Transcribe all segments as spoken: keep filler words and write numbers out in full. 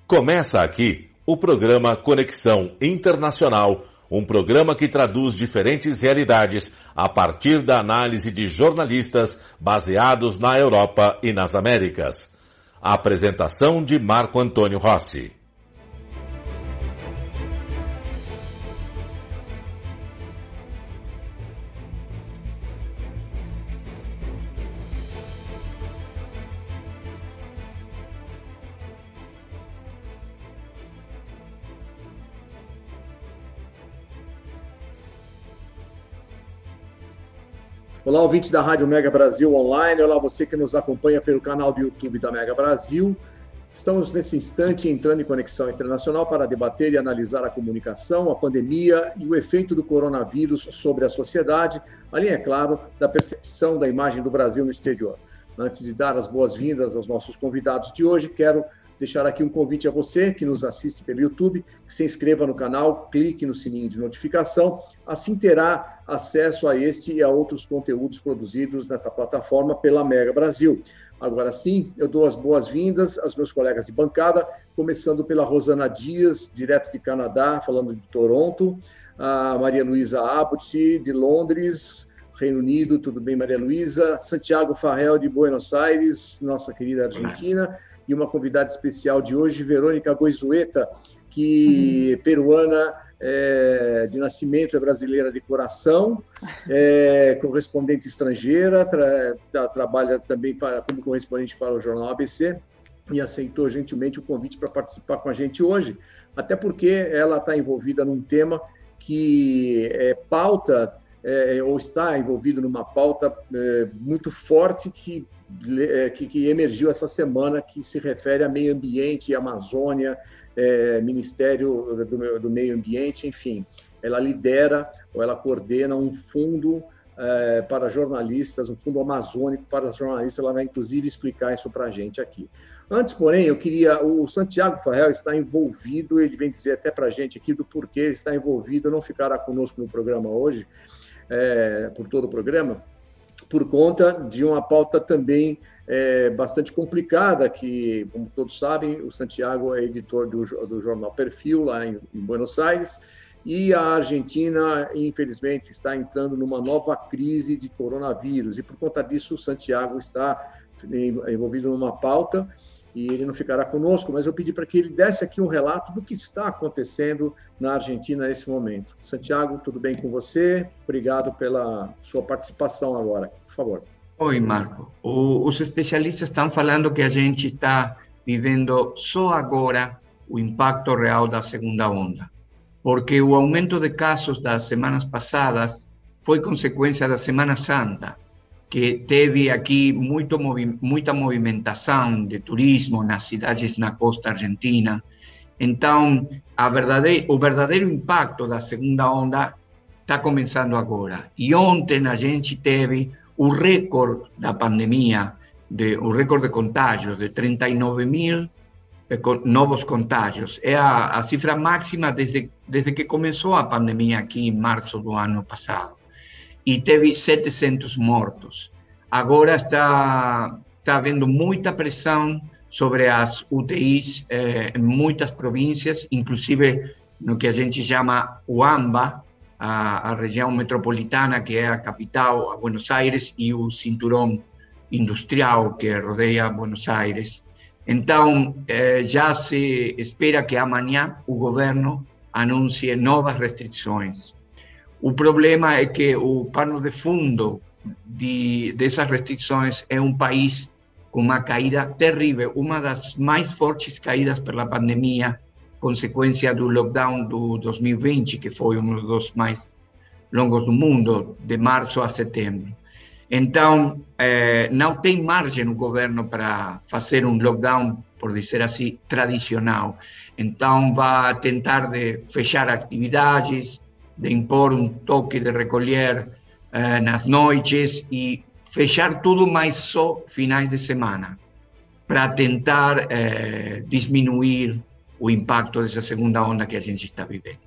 Começa aqui o programa Conexão Internacional, um programa que traduz diferentes realidades a partir da análise de jornalistas baseados na Europa e nas Américas. A apresentação de Marco Antônio Rossi. Olá, ouvintes da Rádio Mega Brasil Online. Olá, você que nos acompanha pelo canal do YouTube da Mega Brasil. Estamos, nesse instante, entrando em conexão internacional para debater e analisar a comunicação, a pandemia e o efeito do coronavírus sobre a sociedade, além, é claro, da percepção da imagem do Brasil no exterior. Antes de dar as boas-vindas aos nossos convidados de hoje, quero deixar aqui um convite a você que nos assiste pelo YouTube, que se inscreva no canal, clique no sininho de notificação, assim terá acesso a este e a outros conteúdos produzidos nesta plataforma pela Mega Brasil. Agora sim, eu dou as boas-vindas aos meus colegas de bancada, começando pela Rosana Dias, direto de Canadá, falando de Toronto, a Maria Luísa Abbott, de Londres, Reino Unido. Tudo bem, Maria Luísa? Santiago Farrell, de Buenos Aires, nossa querida Argentina. E uma convidada especial de hoje, Verônica Goizueta, que uhum. peruana é, de nascimento, é brasileira de coração, é correspondente estrangeira, tra, tra, trabalha também para, como correspondente para o jornal A B C e aceitou gentilmente o convite para participar com a gente hoje, até porque ela está envolvida num tema que é pauta, é, ou está envolvido numa pauta é, muito forte que Que, que emergiu essa semana, que se refere a meio ambiente, Amazônia, é, Ministério do, do Meio Ambiente, enfim. Ela lidera, ou ela coordena um fundo é, para jornalistas, um fundo amazônico para jornalistas. Ela vai, inclusive, explicar isso para a gente aqui. Antes, porém, eu queria... O Santiago Farrell está envolvido, ele vem dizer até para a gente aqui do porquê ele está envolvido, não ficará conosco no programa hoje, é, por todo o programa, por conta de uma pauta também é, bastante complicada, que, como todos sabem, o Santiago é editor do, do jornal Perfil, lá em, em Buenos Aires, e a Argentina, infelizmente, está entrando numa nova crise de coronavírus, e por conta disso o Santiago está envolvido numa pauta, e ele não ficará conosco, mas eu pedi para que ele desse aqui um relato do que está acontecendo na Argentina nesse momento. Santiago, tudo bem com você? Obrigado pela sua participação agora. Por favor. Oi, Marco. O, os especialistas estão falando que a gente está vivendo só agora o impacto real da segunda onda, porque o aumento de casos das semanas passadas foi consequência da Semana Santa, que teve aqui muito, muita movimentação de turismo nas cidades na costa argentina. Então, a verdadeiro, o verdadeiro impacto da segunda onda está começando agora. E ontem a gente teve o recorde da pandemia, de, o recorde de contágios, de trinta e nove mil novos contágios. É a, a cifra máxima desde, desde que começou a pandemia aqui em março do ano passado. E teve setecentos mortos. Agora está, está havendo muita pressão sobre as U T Is eh, em muitas províncias, inclusive no que a gente chama o AMBA, a, a região metropolitana, que é a capital, a Buenos Aires, e o cinturão industrial que rodeia Buenos Aires. Então, eh, já se espera que amanhã o governo anuncie novas restrições. O problema é que o pano de fundo de, dessas restrições é um país com uma caída terrível, uma das mais fortes caídas pela pandemia, consequência do lockdown do dois mil e vinte, que foi um dos mais longos do mundo, de março a setembro. Então, eh, não tem margem o governo para fazer um lockdown, por dizer assim, tradicional. Então, vai tentar de fechar atividades, de impor um toque de recolher eh, nas noites e fechar tudo, mas só finais de semana, para tentar eh, diminuir o impacto dessa segunda onda que a gente está vivendo.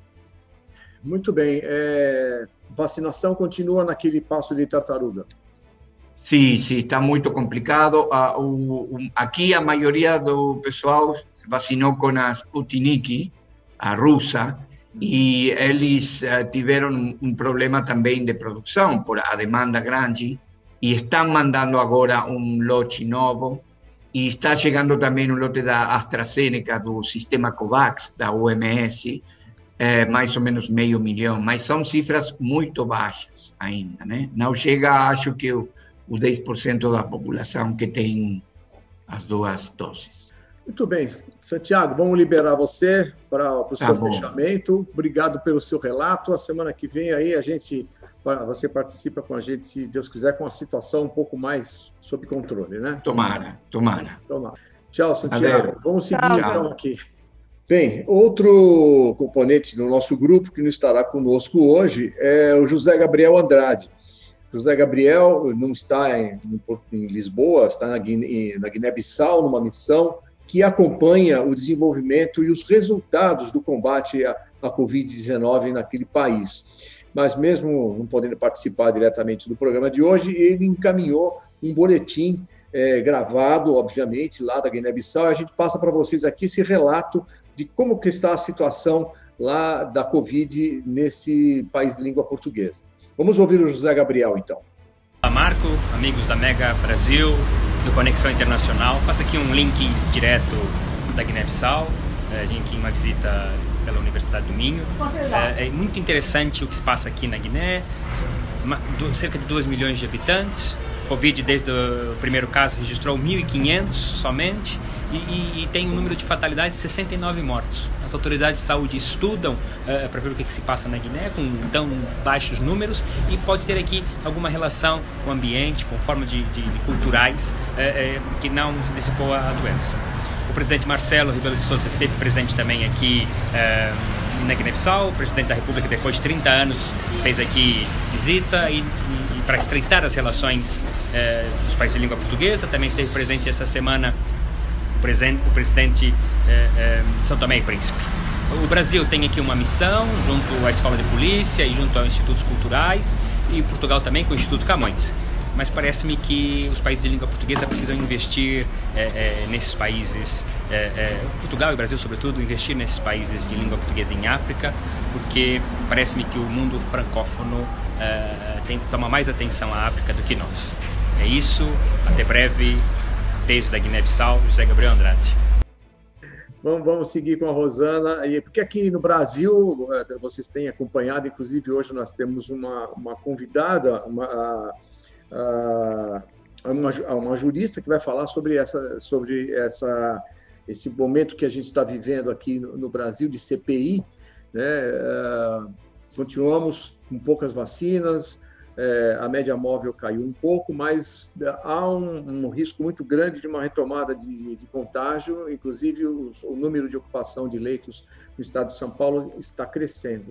Muito bem. É, vacinação continua naquele passo de tartaruga? Sim, sim, está muito complicado. Uh, o, o, aqui a maioria do pessoal se vacinou com a Sputnik, a russa, e eles uh, tiveram um, um problema também de produção, por a demanda grande, e estão mandando agora um lote novo, e está chegando também um lote da AstraZeneca, do sistema COVAX, da O M S, é, mais ou menos meio milhão, mas são cifras muito baixas ainda, né? Não chega, acho que o, o dez por cento da população que tem as duas doses. Muito bem. Santiago, vamos liberar você para o seu Tá fechamento. Obrigado pelo seu relato. A semana que vem aí a gente, você participa com a gente, se Deus quiser, com a situação um pouco mais sob controle, né? Tomara, tomara. Tomara. Tchau, Santiago. Adeus. Vamos seguir Tchau. então aqui. Bem, outro componente do nosso grupo que não estará conosco hoje é o José Gabriel Andrade. José Gabriel não está em, em Lisboa, está na Guiné, na Guiné-Bissau, numa missão que acompanha o desenvolvimento e os resultados do combate à, à covid dezenove naquele país. Mas mesmo não podendo participar diretamente do programa de hoje, ele encaminhou um boletim é, gravado, obviamente, lá da Guiné-Bissau. A gente passa para vocês aqui esse relato de como que está a situação lá da Covid nesse país de língua portuguesa. Vamos ouvir o José Gabriel, então. Olá, Marco, amigos da Mega Brasil, do Conexão Internacional. Faço aqui um link direto da Guiné-Bissau, é, vim aqui em uma visita pela Universidade do Minho. É, é muito interessante o que se passa aqui na Guiné, cerca de dois milhões de habitantes. Covid, desde o primeiro caso, registrou mil e quinhentos somente, e, e, e tem um número de fatalidades de sessenta e nove mortos. As autoridades de saúde estudam uh, para ver o que, que se passa na Guiné com tão baixos números, e pode ter aqui alguma relação com o ambiente, com forma de, de, de culturais, uh, uh, que não se dissipou a, a doença. O presidente Marcelo Rebelo de Sousa esteve presente também aqui uh, na Guiné-Bissau. O presidente da República, depois de trinta anos, fez aqui visita e, e para estreitar as relações eh, dos países de língua portuguesa. Também esteve presente essa semana o, presente, o presidente eh, eh, de São Tomé e Príncipe. O Brasil tem aqui uma missão junto à Escola de Polícia e junto aos Institutos Culturais, e Portugal também com o Instituto Camões. Mas parece-me que os países de língua portuguesa precisam investir eh, eh, nesses países, eh, eh, Portugal e Brasil sobretudo, investir nesses países de língua portuguesa em África, porque parece-me que o mundo francófono Uh, tem, toma mais atenção à África do que nós. É isso, até breve, desde a Guiné-Bissau, José Gabriel Andrade. Vamos, vamos seguir com a Rosana, porque aqui no Brasil, vocês têm acompanhado, inclusive hoje nós temos uma, uma convidada, uma, a, uma, uma jurista que vai falar sobre, essa, sobre essa, esse momento que a gente está vivendo aqui no, no Brasil de C P I, né? Uh, continuamos com poucas vacinas, é, a média móvel caiu um pouco, mas há um, um risco muito grande de uma retomada de, de contágio, inclusive os, o número de ocupação de leitos no estado de São Paulo está crescendo.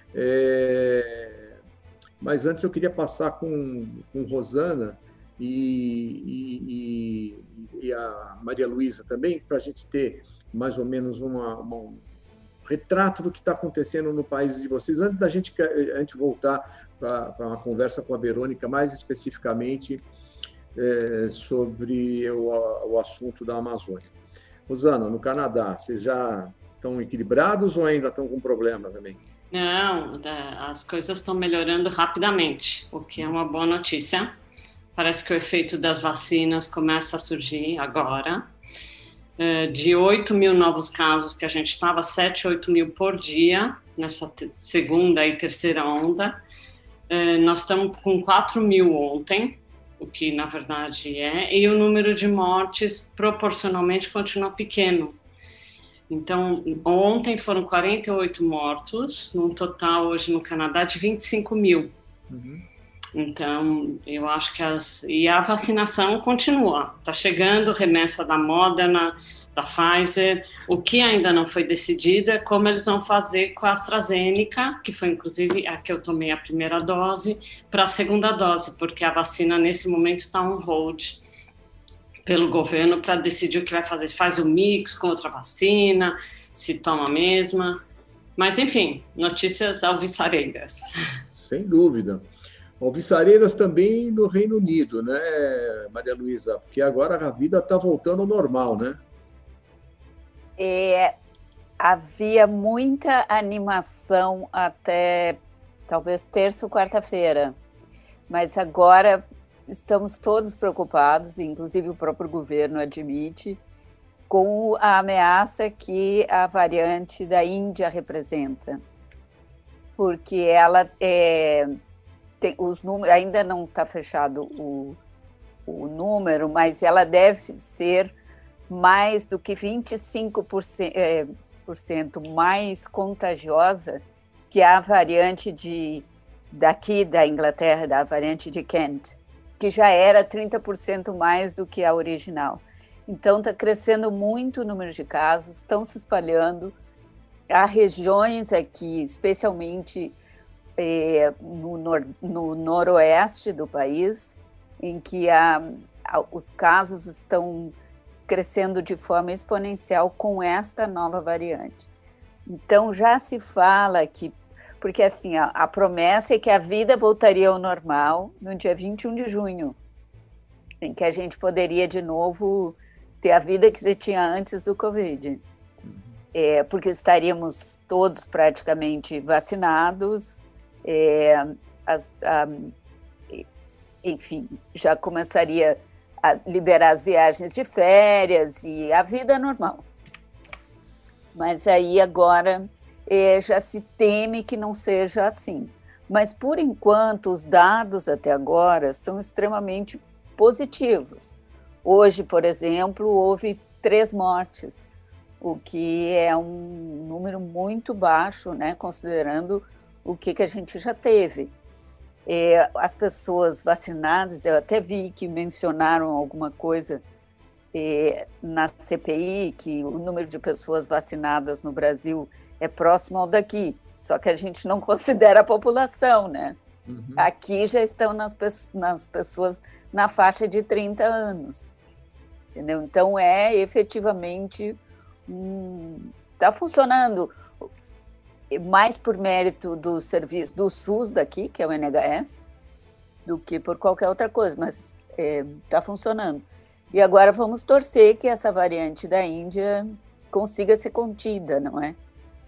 É, mas antes eu queria passar com, com Rosana e, e, e a Maria Luísa também, para a gente ter mais ou menos uma... uma retrato do que está acontecendo no país de vocês, antes da gente, a gente voltar para uma conversa com a Verônica, mais especificamente é, sobre o, o assunto da Amazônia. Rosana, no Canadá, vocês já estão equilibrados ou ainda estão com problema também? Não, as coisas estão melhorando rapidamente, o que é uma boa notícia. Parece que o efeito das vacinas começa a surgir agora. De oito mil novos casos que a gente estava, sete, oito mil por dia, nessa segunda e terceira onda. Nós estamos com quatro mil ontem, o que na verdade é, e o número de mortes proporcionalmente continua pequeno. Então, ontem foram quarenta e oito mortos, num total hoje no Canadá de vinte e cinco mil. Uhum. Então, eu acho que as... E a vacinação continua. Está chegando remessa da Moderna, da Pfizer. O que ainda não foi decidido é como eles vão fazer com a AstraZeneca, que foi inclusive a que eu tomei a primeira dose, para a segunda dose, porque a vacina nesse momento está on hold pelo governo para decidir o que vai fazer. Se faz o mix com outra vacina, se toma a mesma. Mas, enfim, notícias alvissareiras. Sem dúvida. O Viçareiras também no Reino Unido, né, Maria Luísa? Porque agora a vida está voltando ao normal, né? É, havia muita animação até talvez terça ou quarta-feira, mas agora estamos todos preocupados, inclusive o próprio governo admite, com a ameaça que a variante da Índia representa, porque ela é... Tem os números, ainda não está fechado o, o número, mas ela deve ser mais do que vinte e cinco por cento, é, por cento mais contagiosa que a variante de, daqui da Inglaterra, da variante de Kent, que já era trinta por cento mais do que a original. Então, está crescendo muito o número de casos, estão se espalhando. Há regiões aqui, especialmente É, no, nor, no noroeste do país, em que a, a, os casos estão crescendo de forma exponencial com esta nova variante. Então, já se fala que, porque assim, a, a promessa é que a vida voltaria ao normal no dia vinte e um de junho, em que a gente poderia de novo ter a vida que se tinha antes do Covid. É, porque estaríamos todos praticamente vacinados, É, as, a, enfim, já começaria a liberar as viagens de férias e a vida normal. Mas aí agora é, já se teme que não seja assim. Mas, por enquanto, os dados até agora são extremamente positivos. Hoje, por exemplo, houve três mortes, o que é um número muito baixo, né, considerando o que, que a gente já teve. É, as pessoas vacinadas, eu até vi que mencionaram alguma coisa é, na C P I, que o número de pessoas vacinadas no Brasil é próximo ao daqui, só que a gente não considera a população, né? Uhum. Aqui já estão nas, nas pessoas na faixa de trinta anos, entendeu? Então, é efetivamente, está hum, funcionando mais por mérito do serviço do SUS daqui, que é o N H S, do que por qualquer outra coisa, mas está é, funcionando. E agora vamos torcer que essa variante da Índia consiga ser contida, não é?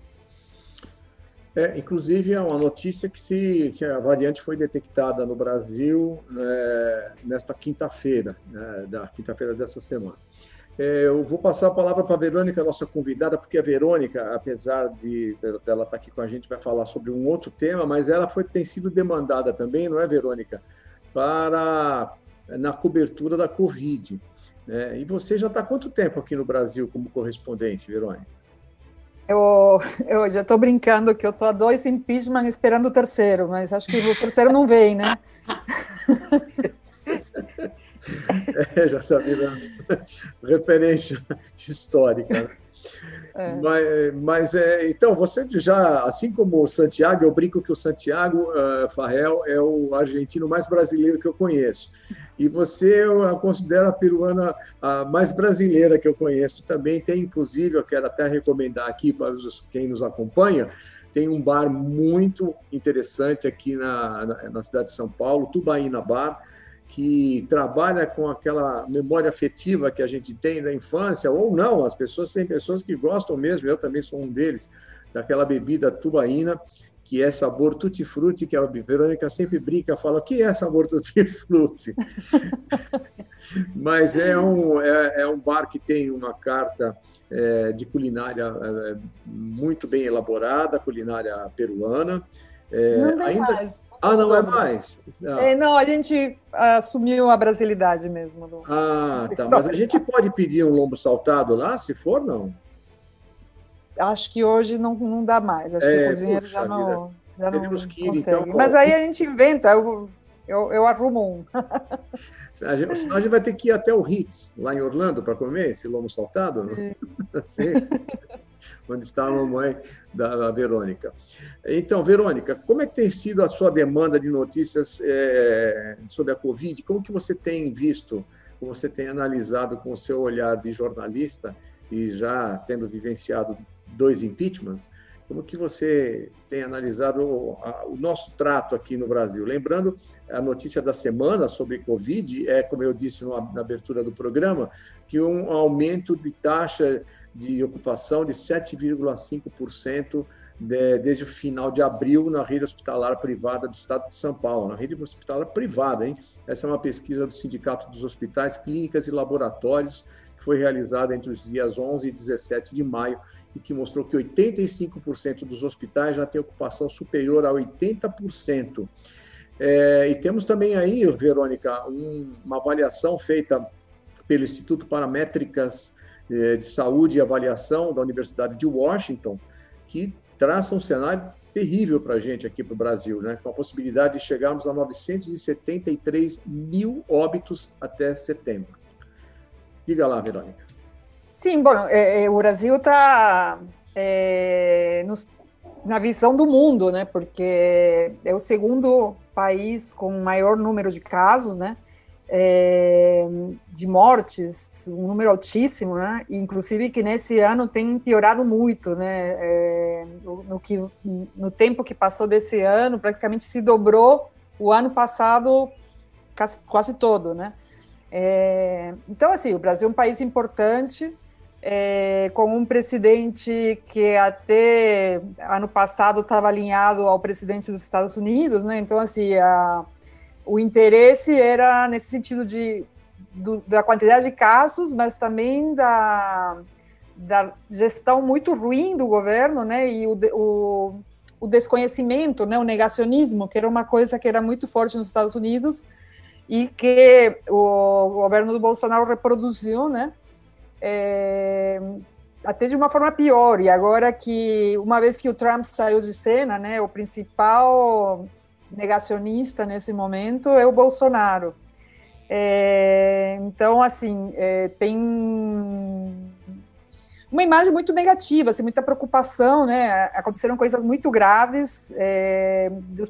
É, inclusive, é uma notícia que, se, que a variante foi detectada no Brasil né, nesta quinta-feira, né, da quinta-feira dessa semana. Eu vou passar a palavra para a Verônica, nossa convidada, porque a Verônica, apesar de dela estar aqui com a gente, vai falar sobre um outro tema, mas ela foi, tem sido demandada também, não é, Verônica, para na cobertura da Covid. Né? E você já está há quanto tempo aqui no Brasil como correspondente, Verônica? Eu, eu já estou brincando que eu estou a dois impeachment esperando o terceiro, mas acho que o terceiro não vem, né? É, já está virando referência histórica. É. Mas, mas é, então, você já, assim como o Santiago, eu brinco que o Santiago uh, Farrell é o argentino mais brasileiro que eu conheço. E você eu a considero a peruana a mais brasileira que eu conheço também. Tem, inclusive, eu quero até recomendar aqui para os, quem nos acompanha, tem um bar muito interessante aqui na, na, na cidade de São Paulo, Tubaína Bar, que trabalha com aquela memória afetiva que a gente tem da infância, ou não, as pessoas têm pessoas que gostam mesmo, eu também sou um deles, daquela bebida tubaína, que é sabor tutti-frutti, que a Verônica sempre brinca, fala, o que é sabor tutti-frutti? Mas é um, é, é um bar que tem uma carta é, de culinária é, muito bem elaborada, culinária peruana. É, não tem ainda... mais. Ah, não é mais? Ah. É, não, a gente assumiu a brasilidade mesmo. Do... Ah, tá. Mas a gente pode pedir um lombo saltado lá, se for, não? Acho que hoje não, não dá mais. Acho é, que o cozinheiro já não, já não consegue. Ir, então, mas aí a gente inventa, eu, eu, eu arrumo um. A gente, senão a gente vai ter que ir até o Ritz, lá em Orlando, para comer esse lombo saltado. Sim. Sim. Onde está a mamãe da, da Verônica. Então, Verônica, como é que tem sido a sua demanda de notícias é, sobre a Covid? Como que você tem visto, como você tem analisado com o seu olhar de jornalista e já tendo vivenciado dois impeachments, como que você tem analisado o, a, o nosso trato aqui no Brasil? Lembrando, a notícia da semana sobre Covid é, como eu disse na abertura do programa, que um aumento de taxa de ocupação de sete vírgula cinco por cento de, desde o final de abril na rede hospitalar privada do estado de São Paulo, na rede hospitalar privada, hein? Essa é uma pesquisa do Sindicato dos Hospitais, Clínicas e Laboratórios, que foi realizada entre os dias onze e dezessete de maio, e que mostrou que oitenta e cinco por cento dos hospitais já tem ocupação superior a oitenta por cento. É, e temos também aí, Verônica, um, uma avaliação feita pelo Instituto para Métricas de Saúde e Avaliação da Universidade de Washington, que traça um cenário terrível para a gente aqui para o Brasil, né? Com a possibilidade de chegarmos a novecentos e setenta e três mil óbitos até setembro. Diga lá, Verônica. Sim, bom, é, é, o Brasil está é, na visão do mundo, né? Porque é o segundo país com maior número de casos, né? É, de mortes, um número altíssimo, né? Inclusive que nesse ano tem piorado muito, né? É, no, no, que, no tempo que passou desse ano, praticamente se dobrou o ano passado quase, quase todo, né? É, então, assim, o Brasil é um país importante, é, com um presidente que até ano passado estava alinhado ao presidente dos Estados Unidos, né? Então, assim, a o interesse era nesse sentido de, do, da quantidade de casos, mas também da, da gestão muito ruim do governo, né, e o, o, o desconhecimento, né, o negacionismo, que era uma coisa que era muito forte nos Estados Unidos e que o, o governo do Bolsonaro reproduziu, né, é, até de uma forma pior. E agora que, uma vez que o Trump saiu de cena, né, o principal negacionista nesse momento é o Bolsonaro. É, então, assim, é, tem uma imagem muito negativa, assim, muita preocupação, né? Aconteceram coisas muito graves, é, do,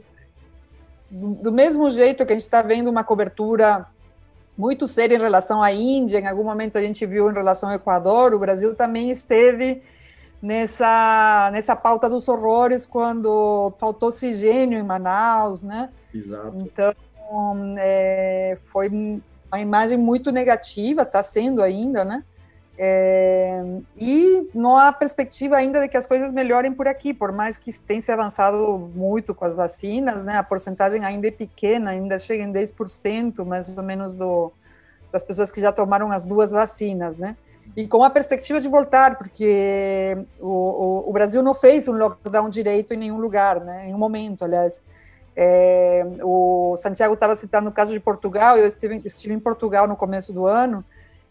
do mesmo jeito que a gente está vendo uma cobertura muito séria em relação à Índia, em algum momento a gente viu em relação ao Equador, o Brasil também esteve nessa, nessa pauta dos horrores quando faltou oxigênio em Manaus, né? Exato. Então, é, foi uma imagem muito negativa, está sendo ainda, né? É, e não há perspectiva ainda de que as coisas melhorem por aqui, por mais que tenha se avançado muito com as vacinas, né? A porcentagem ainda é pequena, ainda chega em dez por cento, mais ou menos, do, das pessoas que já tomaram as duas vacinas, né? E com a perspectiva de voltar, porque o, o, o Brasil não fez um lockdown direito em nenhum lugar, né? Em nenhum momento, aliás. É, o Santiago estava citando o caso de Portugal, eu estive, estive em Portugal no começo do ano,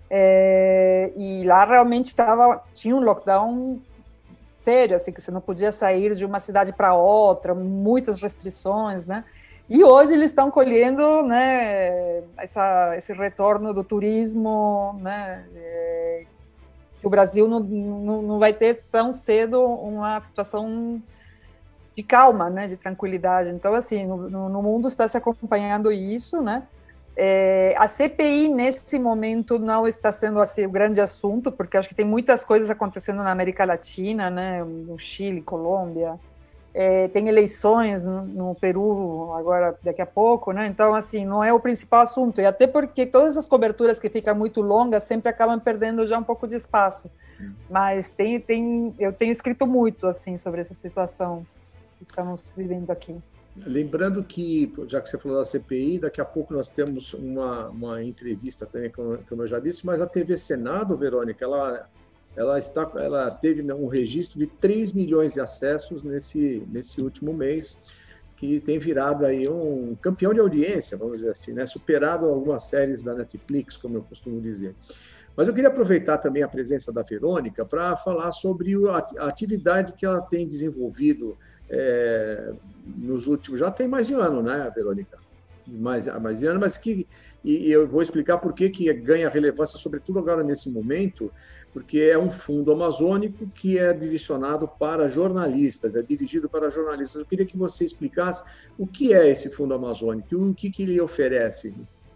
é, e lá realmente tava, tinha um lockdown sério, assim, que você não podia sair de uma cidade para outra, muitas restrições, né? E hoje eles estão colhendo, né, essa, esse retorno do turismo, né, é, que o Brasil não, não, não vai ter tão cedo uma situação de calma, né, de tranquilidade. Então, assim, no, no mundo está se acompanhando isso, né? É, a C P I, nesse momento, não está sendo assim, o grande assunto, porque acho que tem muitas coisas acontecendo na América Latina, né, no Chile, Colômbia. É, tem eleições no, no Peru agora, daqui a pouco, né? Então, assim, não é o principal assunto, e até porque todas as coberturas que ficam muito longas sempre acabam perdendo já um pouco de espaço. Mas tem, tem, eu tenho escrito muito, assim, sobre essa situação que estamos vivendo aqui. Lembrando que, já que você falou da C P I, daqui a pouco nós temos uma, uma entrevista também, como eu já disse, mas a T V Senado, Verônica, ela... Ela, está, ela teve um registro de três milhões de acessos nesse, nesse último mês, que tem virado aí um campeão de audiência, vamos dizer assim, né? Superado algumas séries da Netflix, como eu costumo dizer. Mas eu queria aproveitar também a presença da Verônica para falar sobre a atividade que ela tem desenvolvido é, nos últimos... Já tem mais de um ano, né, Verônica? Mais, mais de ano, mas que... E eu vou explicar por que que ganha relevância, sobretudo agora nesse momento, porque é um fundo amazônico que é direcionado para jornalistas, é dirigido para jornalistas. Eu queria que você explicasse o que é esse fundo amazônico e o que, que ele oferece.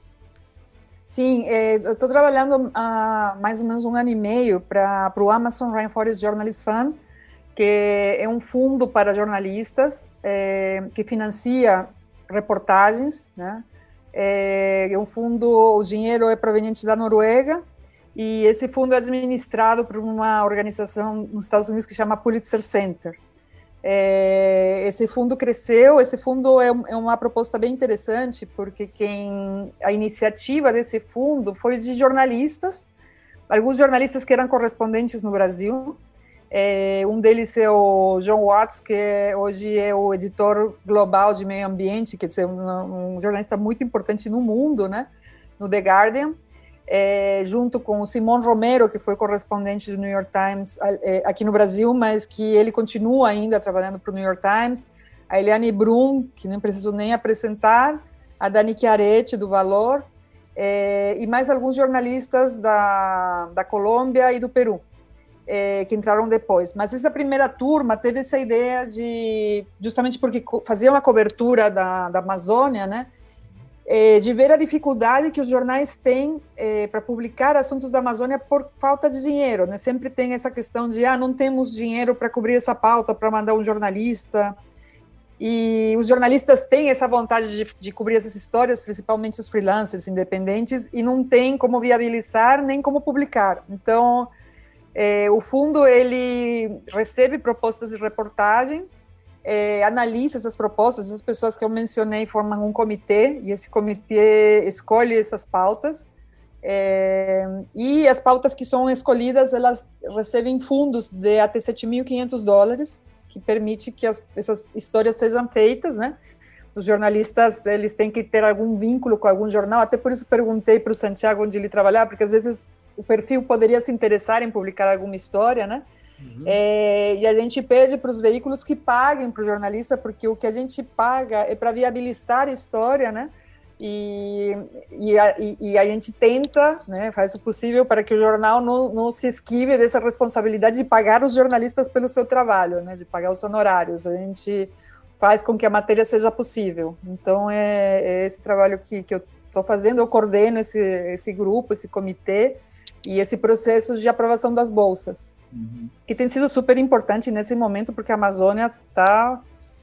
Sim, é, eu estou trabalhando há mais ou menos um ano e meio para o Amazon Rainforest Journalist Fund, que é um fundo para jornalistas é, que financia reportagens, né? É um fundo, o dinheiro é proveniente da Noruega, e esse fundo é administrado por uma organização nos Estados Unidos que chama Pulitzer Center. É, esse fundo cresceu, esse fundo é, é uma proposta bem interessante, porque quem, a iniciativa desse fundo foi de jornalistas, alguns jornalistas que eram correspondentes no Brasil. É, um deles é o John Watts, que é, hoje é o editor global de meio ambiente, quer dizer, um, um jornalista muito importante no mundo, né, no The Guardian. É, junto com o Simon Romero, que foi correspondente do New York Times é, aqui no Brasil, mas que ele continua ainda trabalhando para o New York Times, a Eliane Brum, que não preciso nem apresentar, a Dani Chiaretti, do Valor, é, e mais alguns jornalistas da, da Colômbia e do Peru, é, que entraram depois. Mas essa primeira turma teve essa ideia de, justamente porque fazia uma cobertura da, da Amazônia, né, de ver a dificuldade que os jornais têm eh, para publicar assuntos da Amazônia por falta de dinheiro, né? Sempre tem essa questão de, ah, não temos dinheiro para cobrir essa pauta, para mandar um jornalista, e os jornalistas têm essa vontade de, de cobrir essas histórias, principalmente os freelancers independentes, e não tem como viabilizar nem como publicar. Então, eh, o fundo, ele recebe propostas de reportagem, É, analisa essas propostas, as pessoas que eu mencionei formam um comitê, e esse comitê escolhe essas pautas, é, e as pautas que são escolhidas, elas recebem fundos de até sete mil e quinhentos dólares, que permite que as, essas histórias sejam feitas, né? Os jornalistas, eles têm que ter algum vínculo com algum jornal, até por isso perguntei para o Santiago onde ele trabalhava, porque às vezes o perfil poderia se interessar em publicar alguma história, né? Uhum. É, e a gente pede para os veículos que paguem para o jornalista, porque o que a gente paga é para viabilizar a história, né? E, e, a, e a gente tenta, né, faz o possível para que o jornal não, não se esquive dessa responsabilidade de pagar os jornalistas pelo seu trabalho, né, de pagar os honorários. A gente faz com que a matéria seja possível. Então, é, é esse trabalho que, que eu estou fazendo, eu coordeno esse, esse grupo, esse comitê, e esse processo de aprovação das bolsas, uhum. que tem sido super importante nesse momento, porque a Amazônia está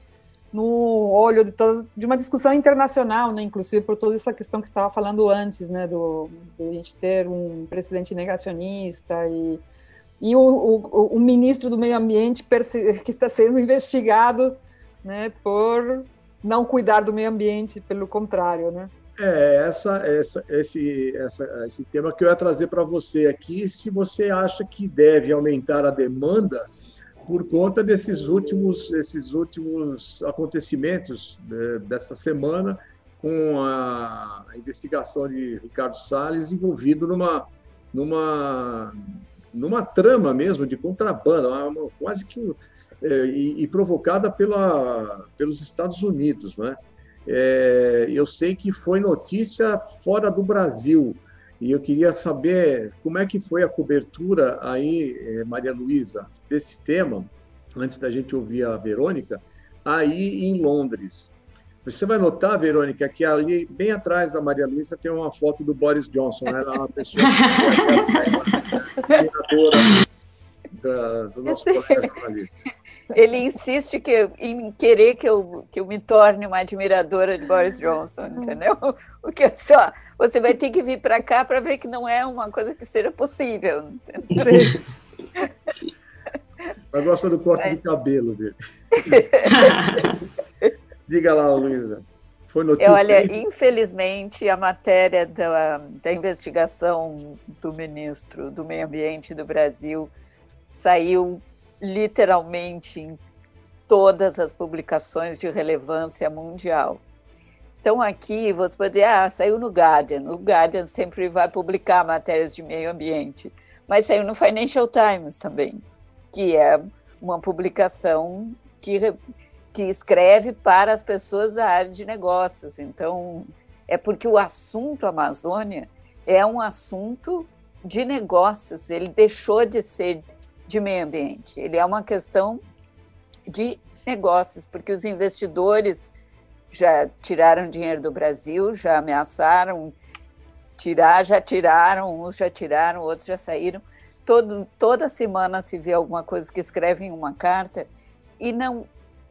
no olho de, todas, de uma discussão internacional, né, inclusive por toda essa questão que estava falando antes, né, do, de a gente ter um presidente negacionista e, e o, o, o ministro do meio ambiente que está sendo investigado, né, por não cuidar do meio ambiente, pelo contrário, né. É, essa, essa, esse, essa, esse tema que eu ia trazer para você aqui, se você acha que deve aumentar a demanda por conta desses últimos, esses últimos acontecimentos de, dessa semana, com a investigação de Ricardo Salles envolvido numa, numa, numa trama mesmo de contrabando, uma, quase que é, e, e provocada pela, pelos Estados Unidos, né? É, eu sei que foi notícia fora do Brasil, e eu queria saber como é que foi a cobertura aí, Maria Luísa, desse tema, antes da gente ouvir a Verônica, aí em Londres. Você vai notar, Verônica, que ali, bem atrás da Maria Luísa, tem uma foto do Boris Johnson, né? Ela é uma pessoa que é admiradora Da, do nosso colega jornalista. Ele insiste que eu, em querer que eu, que eu me torne uma admiradora de Boris Johnson, entendeu? Porque só, você vai ter que vir para cá para ver que não é uma coisa que seja possível. Ela gosta do corte Mas... de cabelo dele. Diga lá, Luísa. Foi notícia? Olha, infelizmente, a matéria da, da investigação do ministro do Meio Ambiente do Brasil saiu literalmente em todas as publicações de relevância mundial. Então, aqui, você pode dizer, ah, saiu no Guardian. O Guardian sempre vai publicar matérias de meio ambiente, mas saiu no Financial Times também, que é uma publicação que, que escreve para as pessoas da área de negócios. Então, é porque o assunto Amazônia é um assunto de negócios, ele deixou de ser de meio ambiente, ele é uma questão de negócios, porque os investidores já tiraram dinheiro do Brasil, já ameaçaram tirar, já tiraram, uns já tiraram, outros já saíram. Todo, toda semana se vê alguma coisa que escrevem uma carta e não,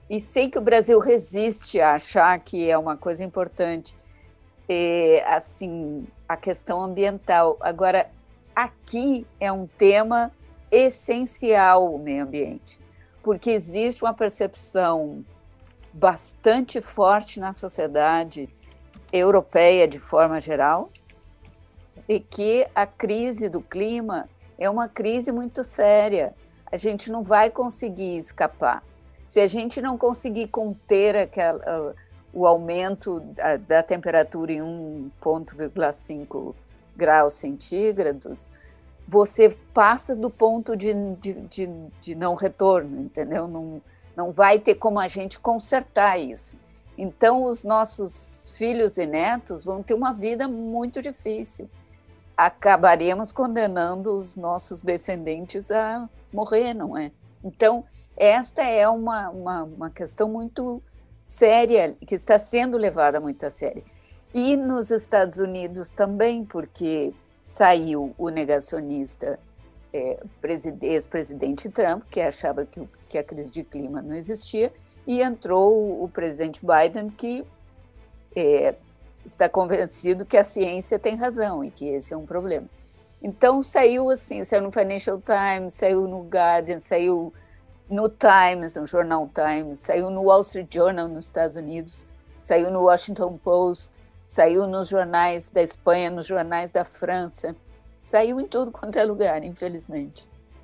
e sei que o Brasil resiste a achar que é uma coisa importante, é, assim, a questão ambiental. Agora, aqui é um tema essencial, o meio ambiente, porque existe uma percepção bastante forte na sociedade europeia, de forma geral, e que a crise do clima é uma crise muito séria. A gente não vai conseguir escapar. Se a gente não conseguir conter aquela, o aumento da, da temperatura em um vírgula cinco graus centígrados, você passa do ponto de, de, de, de não retorno, entendeu? Não, não vai ter como a gente consertar isso. Então, os nossos filhos e netos vão ter uma vida muito difícil. Acabaremos condenando os nossos descendentes a morrer, não é? Então, esta é uma, uma, uma questão muito séria, que está sendo levada muito a sério. E nos Estados Unidos também, porque saiu o negacionista é, ex-presidente Trump, que achava que, que a crise de clima não existia, e entrou o presidente Biden, que é, está convencido que a ciência tem razão e que esse é um problema. Então, saiu assim, saiu no Financial Times, saiu no Guardian, saiu no Times, no jornal Times, saiu no Wall Street Journal nos Estados Unidos, saiu no Washington Post, saiu nos jornais da Espanha, nos jornais da França, saiu em tudo quanto é lugar, infelizmente.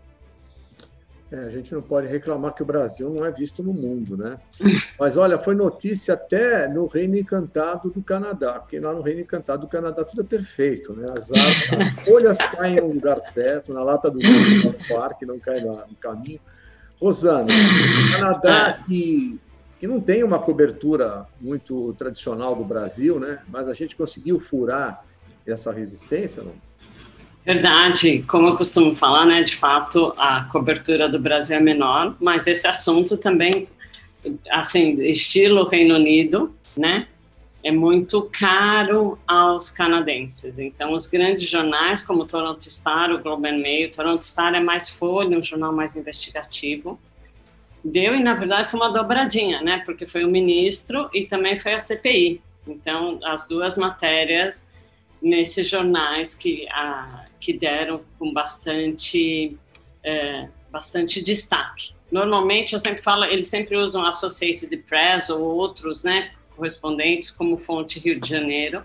É, a gente não pode reclamar que o Brasil não é visto no mundo, né? Mas, olha, foi notícia até no Reino Encantado do Canadá, porque lá no Reino Encantado do Canadá tudo é perfeito, né? As, árvores, as folhas caem no lugar certo, na lata do vinho, no parque, não cai no caminho. Rosana, o Canadá, que, que não tem uma cobertura muito tradicional do Brasil, né? Mas a gente conseguiu furar essa resistência, não? Verdade, como eu costumo falar, né, de fato, a cobertura do Brasil é menor, mas esse assunto também, assim, estilo Reino Unido, né, é muito caro aos canadenses. Então, os grandes jornais, como o Toronto Star, o Globe and Mail, o Toronto Star é mais folha, um jornal mais investigativo, deu, e na verdade foi uma dobradinha, né, porque foi o ministro e também foi a C P I. Então, as duas matérias nesses jornais que, a, que deram com bastante, é, bastante destaque. Normalmente, eu sempre falo, eles sempre usam Associated Press ou outros, né, correspondentes como fonte Rio de Janeiro,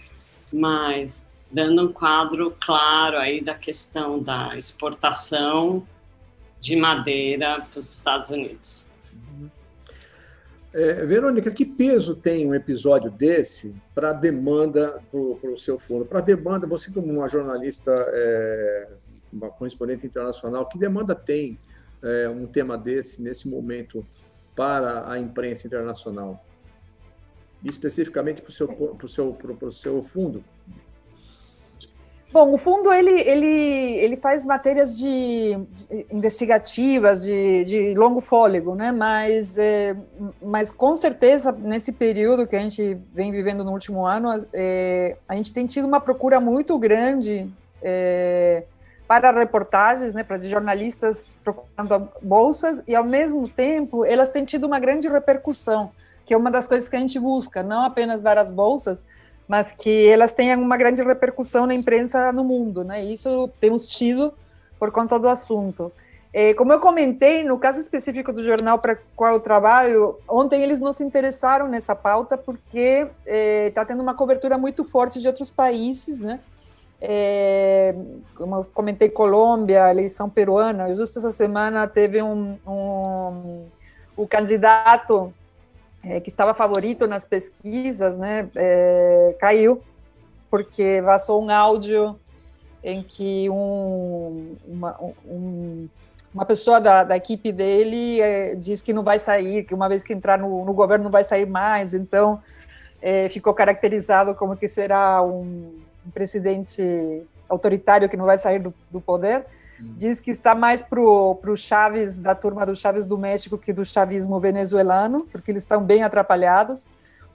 mas dando um quadro claro aí da questão da exportação de madeira para os Estados Unidos. É, Verônica, que peso tem um episódio desse para a demanda para o seu fundo? Para a demanda, você como uma jornalista, é, uma correspondente internacional, que demanda tem é, um tema desse nesse momento para a imprensa internacional? Especificamente para o seu, pro seu, pro, pro seu fundo? Bom, o fundo ele, ele, ele faz matérias de, de investigativas, de, de longo fôlego, né? Mas, é, mas com certeza, nesse período que a gente vem vivendo no último ano, é, a gente tem tido uma procura muito grande é, para reportagens, né, para jornalistas procurando bolsas, e, ao mesmo tempo, elas têm tido uma grande repercussão, que é uma das coisas que a gente busca, não apenas dar as bolsas, mas que elas tenham uma grande repercussão na imprensa no mundo, né? Isso temos tido por conta do assunto. É, como eu comentei, no caso específico do jornal para qual eu trabalho, ontem eles não se interessaram nessa pauta porque está é, tendo uma cobertura muito forte de outros países, né? É, como eu comentei, Colômbia, eleição peruana, justo essa semana teve um, um o candidato É, que estava favorito nas pesquisas, né, é, caiu, porque vazou um áudio em que um, uma, um, uma pessoa da, da equipe dele é, diz que não vai sair, que uma vez que entrar no, no governo não vai sair mais, então é, ficou caracterizado como que será um, um presidente autoritário que não vai sair do, do poder. Diz que está mais para o Chaves, da turma do Chaves do México, que do chavismo venezuelano, porque eles estão bem atrapalhados.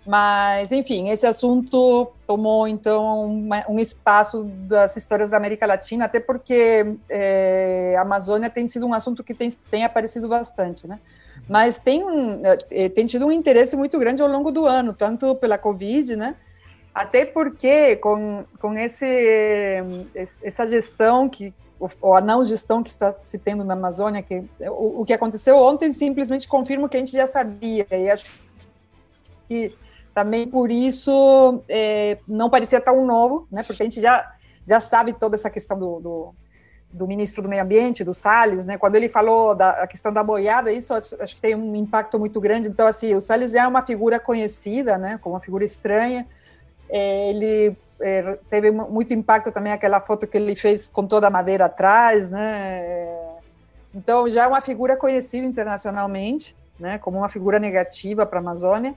Mas, enfim, esse assunto tomou, então, uma, um espaço das histórias da América Latina, até porque é, a Amazônia tem sido um assunto que tem, tem aparecido bastante, né? Mas tem, um, tem tido um interesse muito grande ao longo do ano, tanto pela Covid, né? Até porque com, com esse, essa gestão, que, ou a não gestão que está se tendo na Amazônia, que, o, o que aconteceu ontem simplesmente confirma o que a gente já sabia, e acho que também por isso é, não parecia tão novo, né? Porque a gente já, já sabe toda essa questão do, do, do ministro do Meio Ambiente, do Salles, né? Quando ele falou da a questão da boiada, isso acho, acho que tem um impacto muito grande. Então, assim, o Salles já é uma figura conhecida, né? Como uma figura estranha. É, ele é, teve muito impacto também aquela foto que ele fez com toda a madeira atrás, né? Então, já é uma figura conhecida internacionalmente, né? Como uma figura negativa para a Amazônia.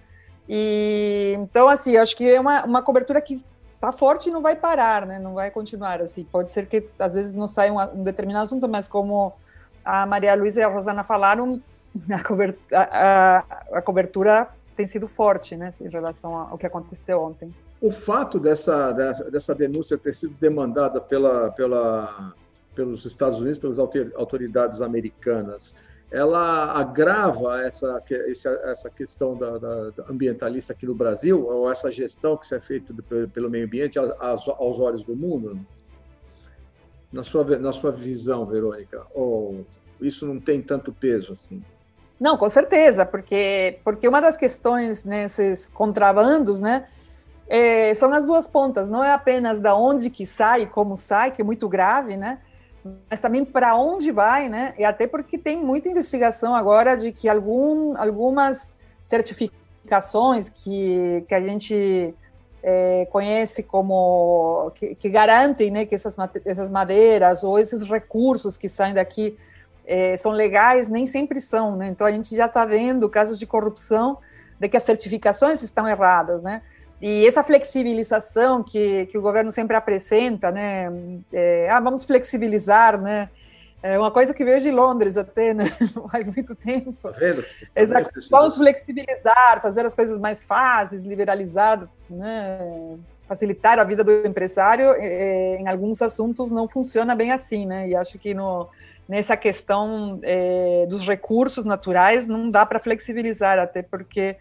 E então, assim, acho que é uma, uma cobertura que está forte e não vai parar, né? Não vai continuar, assim. Pode ser que, às vezes, não saia um, um determinado assunto, mas como a Maria Luísa e a Rosana falaram, a cobertura, a, a cobertura tem sido forte, né? Em relação ao que aconteceu ontem. O fato dessa, dessa, dessa denúncia ter sido demandada pela, pela, pelos Estados Unidos, pelas autoridades americanas, ela agrava essa, essa questão da, da, da ambientalista aqui no Brasil, ou essa gestão que se é feita pelo meio ambiente aos, aos olhos do mundo? Na sua, na sua visão, Verônica, ou isso não tem tanto peso assim? Não, com certeza, porque, porque uma das questões nesses contrabandos, né, é, são as duas pontas, não é apenas da onde que sai, como sai, que é muito grave, né, mas também para onde vai, né? E até porque tem muita investigação agora de que algum, algumas certificações que, que a gente é, conhece como que, que garantem, né, que essas, essas madeiras ou esses recursos que saem daqui é, são legais, nem sempre são, né? Então a gente já está vendo casos de corrupção de que as certificações estão erradas, né? E essa flexibilização que, que o governo sempre apresenta, né? É, ah, vamos flexibilizar, né? É uma coisa que veio de Londres até, né? Não faz muito tempo. Tá vendo? Exato. Vamos flexibilizar, fazer as coisas mais fáceis, liberalizar, né? Facilitar a vida do empresário. É, em alguns assuntos não funciona bem assim, né? E acho que no, nessa questão é, dos recursos naturais não dá para flexibilizar, até porque,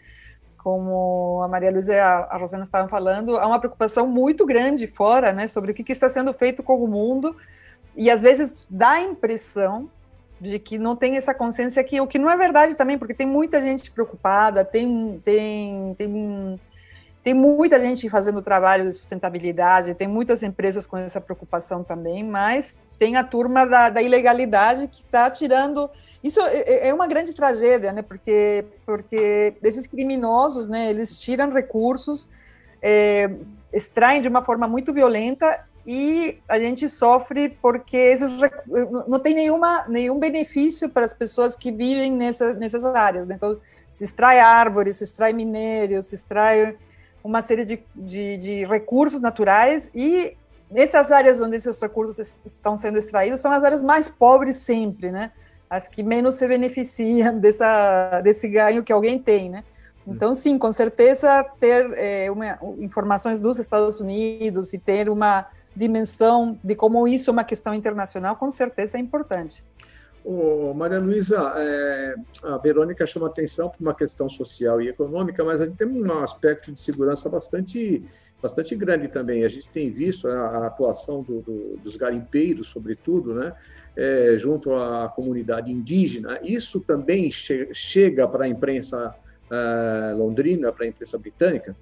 como a Maria Luísa e a Rosana estavam falando, há uma preocupação muito grande fora, né, sobre o que está sendo feito com o mundo, e às vezes dá a impressão de que não tem essa consciência aqui, o que não é verdade também, porque tem muita gente preocupada, tem, tem, tem, tem muita gente fazendo trabalho de sustentabilidade, tem muitas empresas com essa preocupação também, mas tem a turma da, da ilegalidade que está tirando... Isso é, é uma grande tragédia, né? Porque, porque esses criminosos, né, eles tiram recursos, é, extraem de uma forma muito violenta e a gente sofre porque esses, não tem nenhuma, nenhum benefício para as pessoas que vivem nessa, nessas áreas, né? Então, se extrai árvores, se extrai minério, se extrai uma série de, de, de recursos naturais e nessas áreas onde esses recursos estão sendo extraídos são as áreas mais pobres sempre, né? As que menos se beneficiam dessa, desse ganho que alguém tem, né? Então, sim, com certeza ter é, uma, informações dos Estados Unidos e ter uma dimensão de como isso é uma questão internacional, com certeza é importante. Ô, Maria Luísa, é, a Verônica chama atenção para uma questão social e econômica, mas a gente tem um aspecto de segurança bastante, bastante grande também. A gente tem visto a, a atuação do, do, dos garimpeiros, sobretudo, né, é, junto à comunidade indígena. Isso também che chega para a imprensa é, londrina, para a imprensa britânica?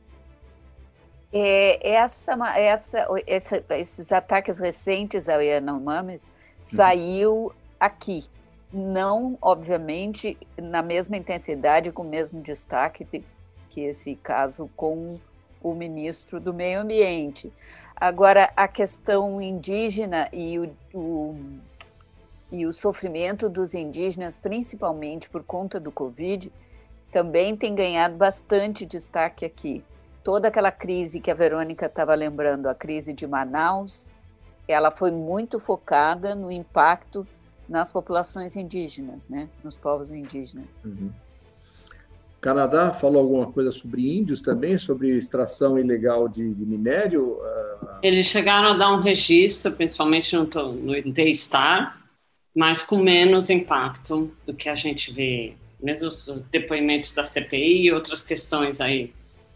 É, essa, essa, essa, esses ataques recentes ao Yanomamis saiu hum. aqui, não, obviamente, na mesma intensidade, com o mesmo destaque de, que esse caso com o ministro do Meio Ambiente. Agora, a questão indígena e o, o, e o sofrimento dos indígenas, principalmente por conta do Covid, também tem ganhado bastante destaque aqui. Toda aquela crise que a Verônica estava lembrando, a crise de Manaus, ela foi muito focada no impacto nas populações indígenas, né? Nos povos indígenas. Uhum. Canadá falou alguma coisa sobre índios também, sobre extração ilegal de, de minério? Eles chegaram a dar um registro, principalmente no, no Daystar, mas com menos impacto do que a gente vê, mesmo os depoimentos da C P I e outras questões aí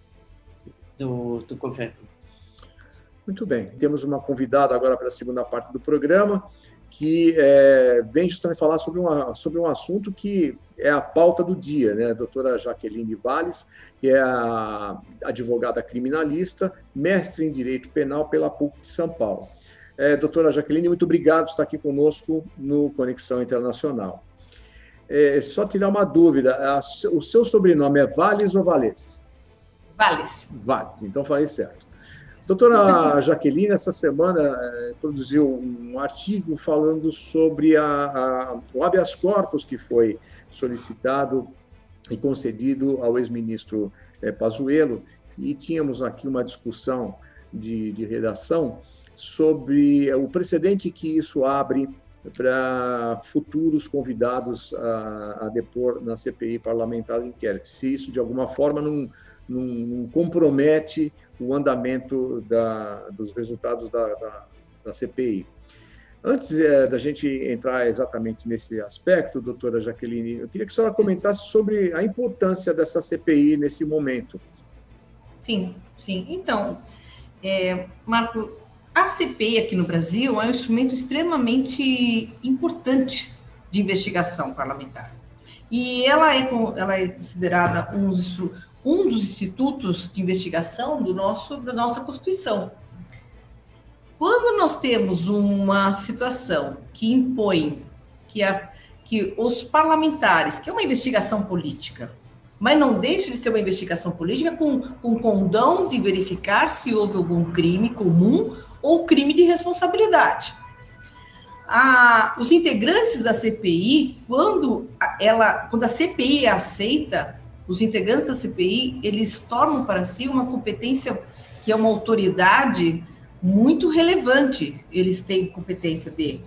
do, do governo. Muito bem. Temos uma convidada agora para a segunda parte do programa, que é, vem justamente falar sobre, uma, sobre um assunto que é a pauta do dia, né? A doutora Jaqueline Valles, que é a advogada criminalista, mestre em Direito Penal pela P U C de São Paulo. É, doutora Jaqueline, muito obrigado por estar aqui conosco no Conexão Internacional. É, só tirar uma dúvida, a, o seu sobrenome é Valles ou Valles? Valles. Valles, então falei certo. Doutora Jaqueline, essa semana, eh, produziu um artigo falando sobre a, a, o habeas corpus que foi solicitado e concedido ao ex-ministro eh, Pazuello, e tínhamos aqui uma discussão de, de redação sobre o precedente que isso abre para futuros convidados a, a depor na C P I parlamentar do inquérito, se isso, de alguma forma, não, não, não compromete o andamento da, dos resultados da, da, da C P I. Antes é, da gente entrar exatamente nesse aspecto, doutora Jaqueline, eu queria que a senhora comentasse sobre a importância dessa C P I nesse momento. Sim, sim. Então, é, Marco, a C P I aqui no Brasil é um instrumento extremamente importante de investigação parlamentar. E ela é, ela é considerada um dos instrumentos um dos institutos de investigação do nosso, da nossa Constituição. Quando nós temos uma situação que impõe que, a, que os parlamentares, que é uma investigação política, mas não deixa de ser uma investigação política com, com condão de verificar se houve algum crime comum ou crime de responsabilidade. A, os integrantes da C P I, quando, ela, quando a C P I é aceita, os integrantes da C P I, eles tornam para si uma competência que é uma autoridade muito relevante. Eles têm competência de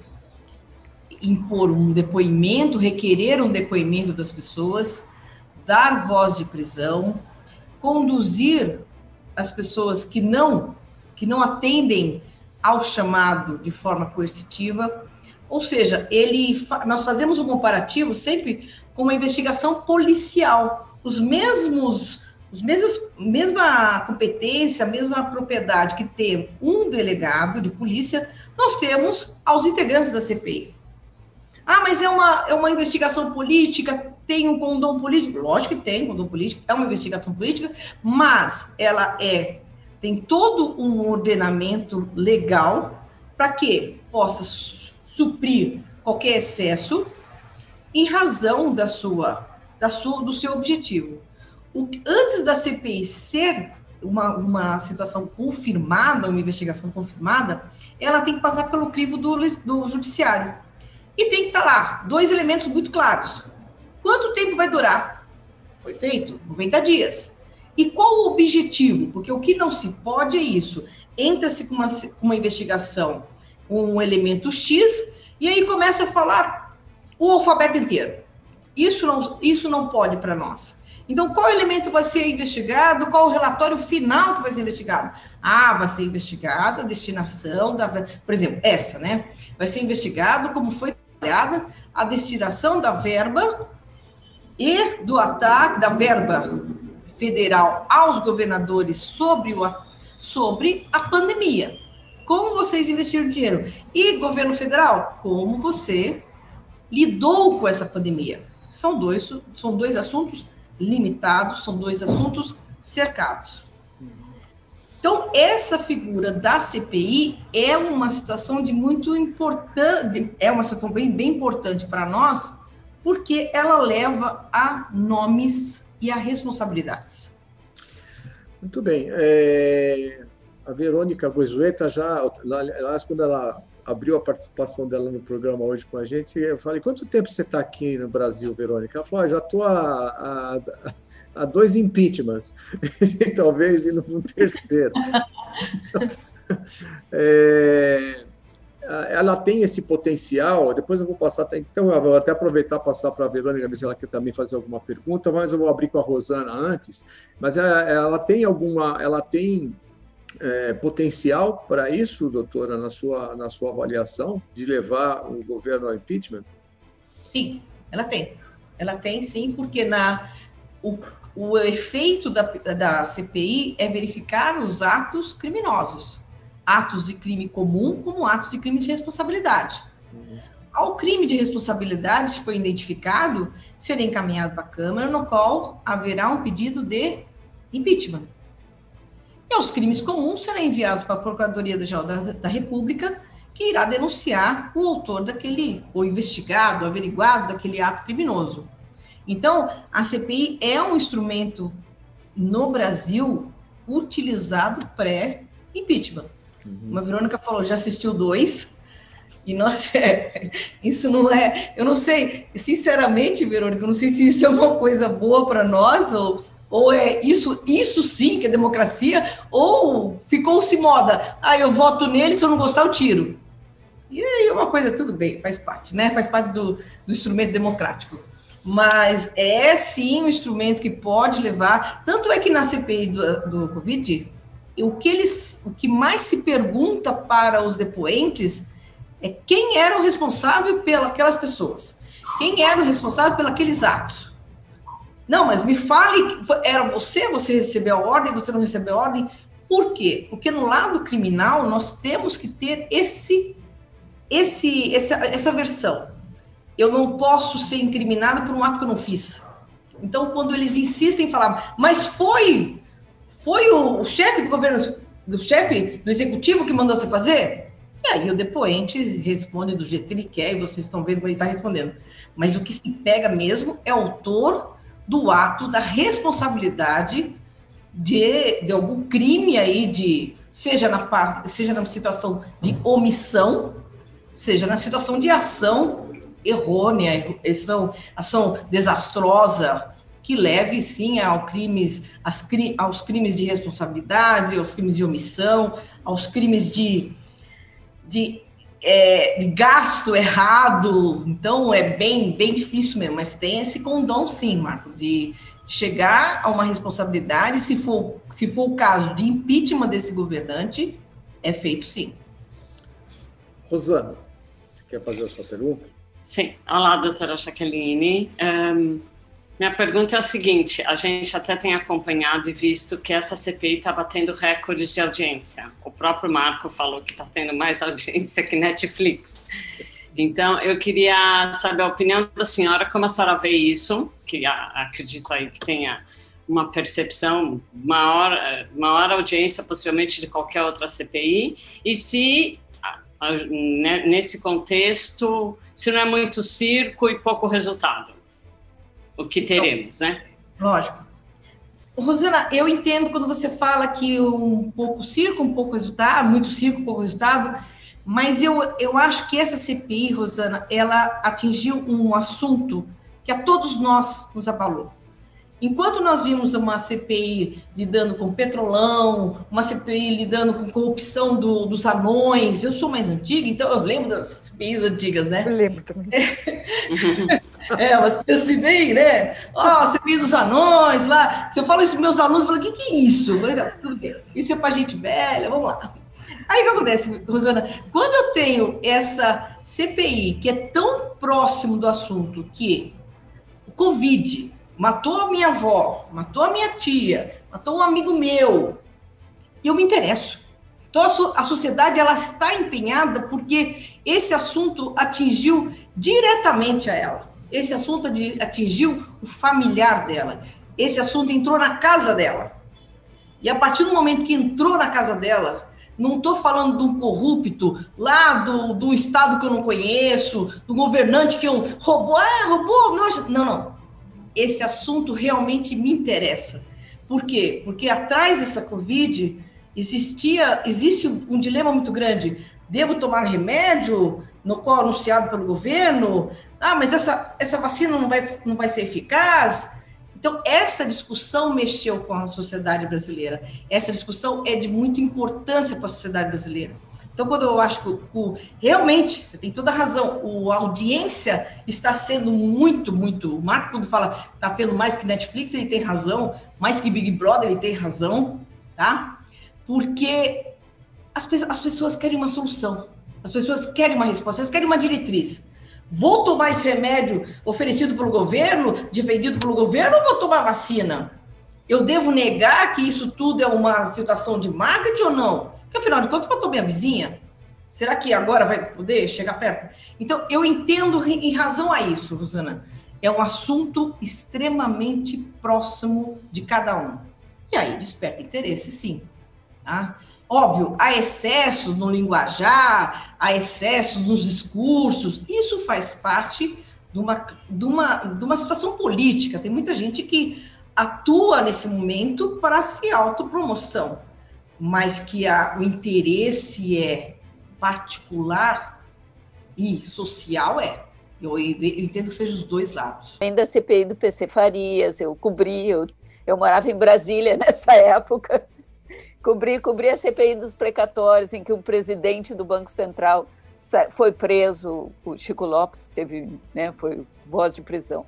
impor um depoimento, requerer um depoimento das pessoas, dar voz de prisão, conduzir as pessoas que não, que não atendem ao chamado de forma coercitiva. Ou seja, ele, nós fazemos um comparativo sempre com uma investigação policial. Os mesmos, os mesmos, mesma competência, a mesma propriedade que tem um delegado de polícia, nós temos aos integrantes da C P I. Ah, mas é uma, é uma investigação política, tem um condão político? Lógico que tem condão político, é uma investigação política, mas ela é, tem todo um ordenamento legal para que possa suprir qualquer excesso em razão da sua Da sua, do seu objetivo. O, antes da C P I ser uma, uma situação confirmada, uma investigação confirmada, ela tem que passar pelo crivo do, do judiciário. E tem que estar lá, dois elementos muito claros. Quanto tempo vai durar? Foi feito noventa dias. E qual o objetivo? Porque o que não se pode é isso. Entra-se com uma, com uma investigação com um elemento X, e aí começa a falar o alfabeto inteiro. Isso não, isso não pode para nós. Então, qual elemento vai ser investigado? Qual o relatório final que vai ser investigado? Ah, vai ser investigado a destinação da... Por exemplo, essa, né? Vai ser investigado como foi trabalhada a destinação da verba e do ataque da verba federal aos governadores sobre, o, sobre a pandemia. Como vocês investiram dinheiro? E governo federal, como você lidou com essa pandemia? São dois, são dois assuntos limitados, são dois assuntos cercados. Então, essa figura da C P I é uma situação de muito importante, é uma situação bem, bem importante para nós, porque ela leva a nomes e a responsabilidades. Muito bem. É, a Verônica Goizueta já, aliás, quando ela abriu a participação dela no programa hoje com a gente, eu falei, quanto tempo você está aqui no Brasil, Verônica? Ela falou, ah, já estou há, há, há dois impeachments, e talvez indo no terceiro. Então, é, ela tem esse potencial, depois eu vou passar, então eu vou até aproveitar e passar para a Verônica, se ela quer também fazer alguma pergunta, mas eu vou abrir com a Rosana antes, mas ela tem alguma, ela tem é, potencial para isso, doutora, na sua, na sua avaliação, de levar o governo ao impeachment? Sim, ela tem, ela tem sim, porque na, o, o efeito da, da C P I é verificar os atos criminosos, atos de crime comum como atos de crime de responsabilidade. Uhum. Ao crime de responsabilidade, se foi identificado, será encaminhado para a Câmara, no qual haverá um pedido de impeachment. E os crimes comuns serão enviados para a Procuradoria-Geral da, da República, que irá denunciar o autor daquele, ou investigado, averiguado daquele ato criminoso. Então, a C P I é um instrumento, no Brasil, utilizado pré-impeachment. Uma Verônica falou, já assistiu dois, e nós, é, isso não é, eu não sei, sinceramente, Verônica, eu não sei se isso é uma coisa boa para nós, ou, ou é isso, isso sim que é democracia, ou ficou-se moda, ah, eu voto nele, se eu não gostar, eu tiro. E aí uma coisa, tudo bem, faz parte, né, faz parte do, do instrumento democrático. Mas é sim um instrumento que pode levar, tanto é que na C P I do, do Covid, O que, eles, o que mais se pergunta para os depoentes é quem era o responsável pelas pessoas, quem era o responsável pelos aqueles atos. Não, mas me fale, era você, você recebeu a ordem, você não recebeu a ordem. Por quê? Porque no lado criminal nós temos que ter esse, esse, essa, essa versão. Eu não posso ser incriminado por um ato que eu não fiz. Então, quando eles insistem em falar, mas foi... Foi o, o chefe do governo, do chefe do executivo que mandou você fazer? E aí o depoente responde do jeito que ele quer, e vocês estão vendo como ele está respondendo. Mas o que se pega mesmo é o autor do ato, da responsabilidade de, de algum crime aí, de, seja, na, seja na situação de omissão, seja na situação de ação errônea, ação, ação desastrosa, que leve, sim, ao crimes, as, aos crimes de responsabilidade, aos crimes de omissão, aos crimes de, de, é, de gasto errado. Então, é bem, bem difícil mesmo, mas tem esse condão, sim, Marco, de chegar a uma responsabilidade, se for, se for o caso de impeachment desse governante, é feito, sim. Rosana, você quer fazer a sua pergunta? Sim. Olá, doutora Jaqueline. Um... Minha pergunta é a seguinte, a gente até tem acompanhado e visto que essa C P I está batendo recordes de audiência. O próprio Marco falou que está tendo mais audiência que Netflix. Então, eu queria saber a opinião da senhora, como a senhora vê isso, que acredito aí que tenha uma percepção maior, maior audiência possivelmente de qualquer outra C P I, e se, nesse contexto, se não é muito circo e pouco resultado. O que teremos, então, né? Lógico. Rosana, eu entendo quando você fala que um pouco circo, um pouco resultado, muito circo, pouco resultado, mas eu, eu acho que essa C P I, Rosana, ela atingiu um assunto que a todos nós nos abalou. Enquanto nós vimos uma C P I lidando com petrolão, uma C P I lidando com corrupção do, dos anões, eu sou mais antiga, então eu lembro das C P Is antigas, né? Eu lembro também. É, umas coisas assim bem, né? Ó, oh, C P I dos anões lá. Se eu falo isso para meus alunos, eu falo, o que, que é isso? Eu falei, não, tudo bem. Isso é para gente velha, vamos lá. Aí o que acontece, Rosana? Quando eu tenho essa C P I que é tão próximo do assunto que o Covid matou a minha avó, matou a minha tia, matou um amigo meu, eu me interesso. Então, a, so, a sociedade ela está empenhada porque esse assunto atingiu diretamente a ela. Esse assunto atingiu o familiar dela. Esse assunto entrou na casa dela. E a partir do momento que entrou na casa dela, não estou falando de um corrupto lá do, do estado que eu não conheço, do governante que eu roubou, ah, roubou, não, não, não. Esse assunto realmente me interessa. Por quê? Porque atrás dessa Covid existia, existe um dilema muito grande. Devo tomar remédio no qual anunciado pelo governo? Ah, mas essa, essa vacina não vai, não vai ser eficaz? Então, essa discussão mexeu com a sociedade brasileira. Essa discussão é de muita importância para a sociedade brasileira. Então, quando eu acho que o, realmente, você tem toda a razão, o, a audiência está sendo muito, muito... O Marco, quando fala está tendo mais que Netflix, ele tem razão, mais que Big Brother, ele tem razão, tá? Porque as, as pessoas querem uma solução, as pessoas querem uma resposta, elas querem uma diretriz. Vou tomar esse remédio oferecido pelo governo, defendido pelo governo, ou vou tomar vacina? Eu devo negar que isso tudo é uma situação de marketing ou não? Porque, afinal de contas, matou minha vizinha. Será que agora vai poder chegar perto? Então, eu entendo em razão a isso, Rosana. É um assunto extremamente próximo de cada um. E aí desperta interesse, sim. Tá? Óbvio, há excessos no linguajar, há excessos nos discursos. Isso faz parte de uma, de uma, de uma situação política. Tem muita gente que atua nesse momento para se autopromoção, mas que a, o interesse é particular e social é. Eu, eu entendo que seja os dois lados. Além da C P I do P C Farias, eu cobri, eu, eu morava em Brasília nessa época, cobri, cobri a C P I dos precatórios, em que o presidente do Banco Central foi preso, o Chico Lopes teve, né, foi voz de prisão.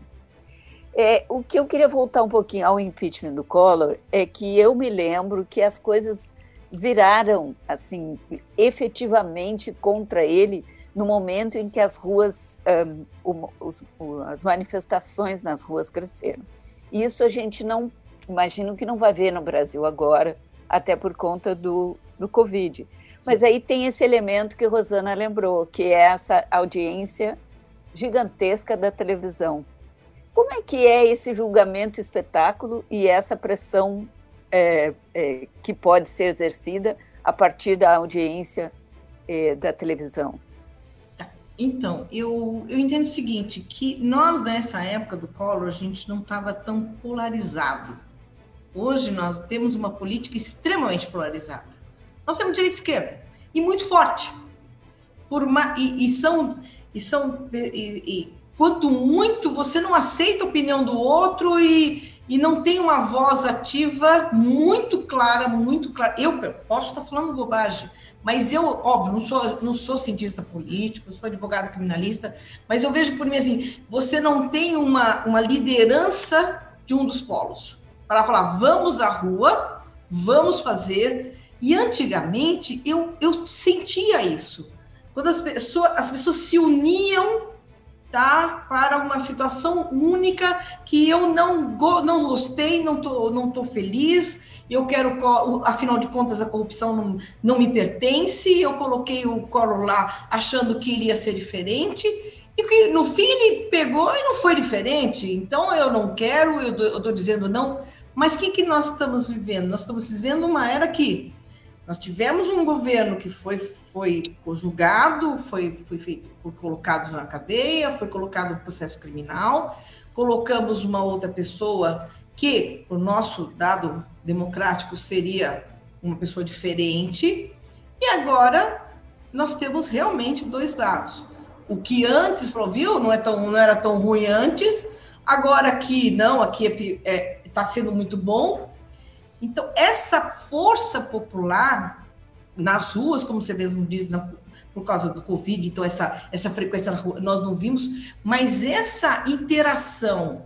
É, o que eu queria voltar um pouquinho ao impeachment do Collor é que eu me lembro que as coisas viraram, assim, efetivamente contra ele no momento em que as ruas, um, o, os, o, as manifestações nas ruas cresceram. Isso a gente não, imagino que não vai ver no Brasil agora, até por conta do, do Covid. Mas aí tem esse elemento que a Rosana lembrou, que é essa audiência gigantesca da televisão. Como é que é esse julgamento espetáculo e essa pressão é, é, que pode ser exercida a partir da audiência é, da televisão? Então, eu, eu entendo o seguinte, que nós, nessa época do Collor, a gente não estava tão polarizado. Hoje nós temos uma política extremamente polarizada. Nós temos direita e esquerda, e muito forte. Por uma, e, e são... E são e, e, quanto muito você não aceita a opinião do outro e, e não tem uma voz ativa muito clara, muito clara. Eu posso estar falando bobagem, mas eu, óbvio, não sou, não sou cientista político, sou advogado criminalista, mas eu vejo por mim assim, você não tem uma, uma liderança de um dos polos para falar, vamos à rua, vamos fazer. E antigamente eu, eu sentia isso. Quando as pessoas, as pessoas se uniam, tá, para uma situação única que eu não, go, não gostei, não tô, não tô feliz, eu quero, afinal de contas, a corrupção não, não me pertence, eu coloquei o Collor lá achando que iria ser diferente, e que no fim ele pegou e não foi diferente, então eu não quero, eu estou dizendo não, mas o que, que nós estamos vivendo? Nós estamos vivendo uma era que nós tivemos um governo que foi, foi julgado, foi, foi, feito, foi colocado na cadeia, foi colocado no processo criminal, colocamos uma outra pessoa que, o nosso dado democrático, seria uma pessoa diferente, e agora nós temos realmente dois lados. O que antes falou, viu, não, é tão, não era tão ruim antes, agora aqui não, aqui está é, é, sendo muito bom. Então, essa força popular nas ruas, como você mesmo diz, na, por causa do Covid, então essa, essa frequência na rua nós não vimos, mas essa interação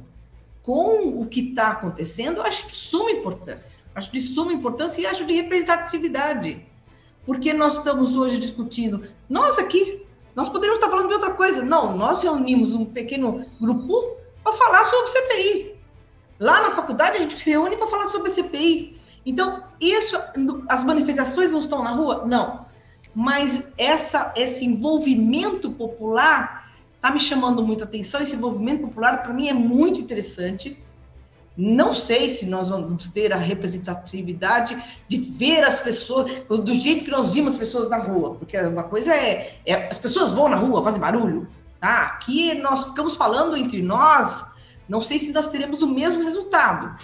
com o que está acontecendo, eu acho de suma importância. Acho de suma importância e acho de representatividade. Porque nós estamos hoje discutindo, nós aqui, nós poderíamos estar falando de outra coisa. Não, nós reunimos um pequeno grupo para falar sobre C P I. Lá na faculdade a gente se reúne para falar sobre a C P I. Então, isso, as manifestações não estão na rua? Não. Mas essa, esse envolvimento popular está me chamando muita atenção. Esse envolvimento popular, para mim, é muito interessante. Não sei se nós vamos ter a representatividade de ver as pessoas do jeito que nós vimos as pessoas na rua. Porque uma coisa é, é as pessoas vão na rua, fazem barulho. Tá? Aqui nós ficamos falando entre nós. Não sei se nós teremos o mesmo resultado,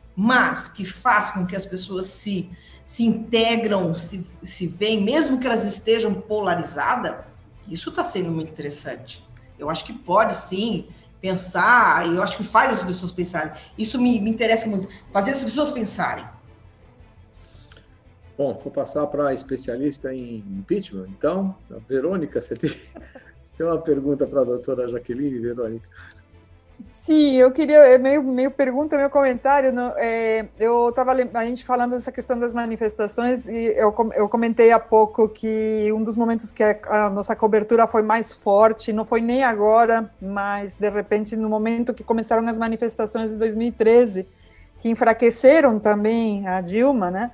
mas que faz com que as pessoas se, se integram, se, se veem, mesmo que elas estejam polarizadas, isso está sendo muito interessante. Eu acho que pode, sim, pensar, e eu acho que faz as pessoas pensarem. Isso me, me interessa muito, fazer as pessoas pensarem. Bom, vou passar para a especialista em impeachment. Então, a Verônica, você tem, você tem uma pergunta para a doutora Jaqueline, Verônica? Sim, eu queria, é meio, meio pergunta, meio comentário. No, é, eu estava a gente falando dessa questão das manifestações e eu, eu comentei há pouco que um dos momentos que a, a nossa cobertura foi mais forte, não foi nem agora, mas de repente no momento que começaram as manifestações de dois mil e treze, que enfraqueceram também a Dilma, né?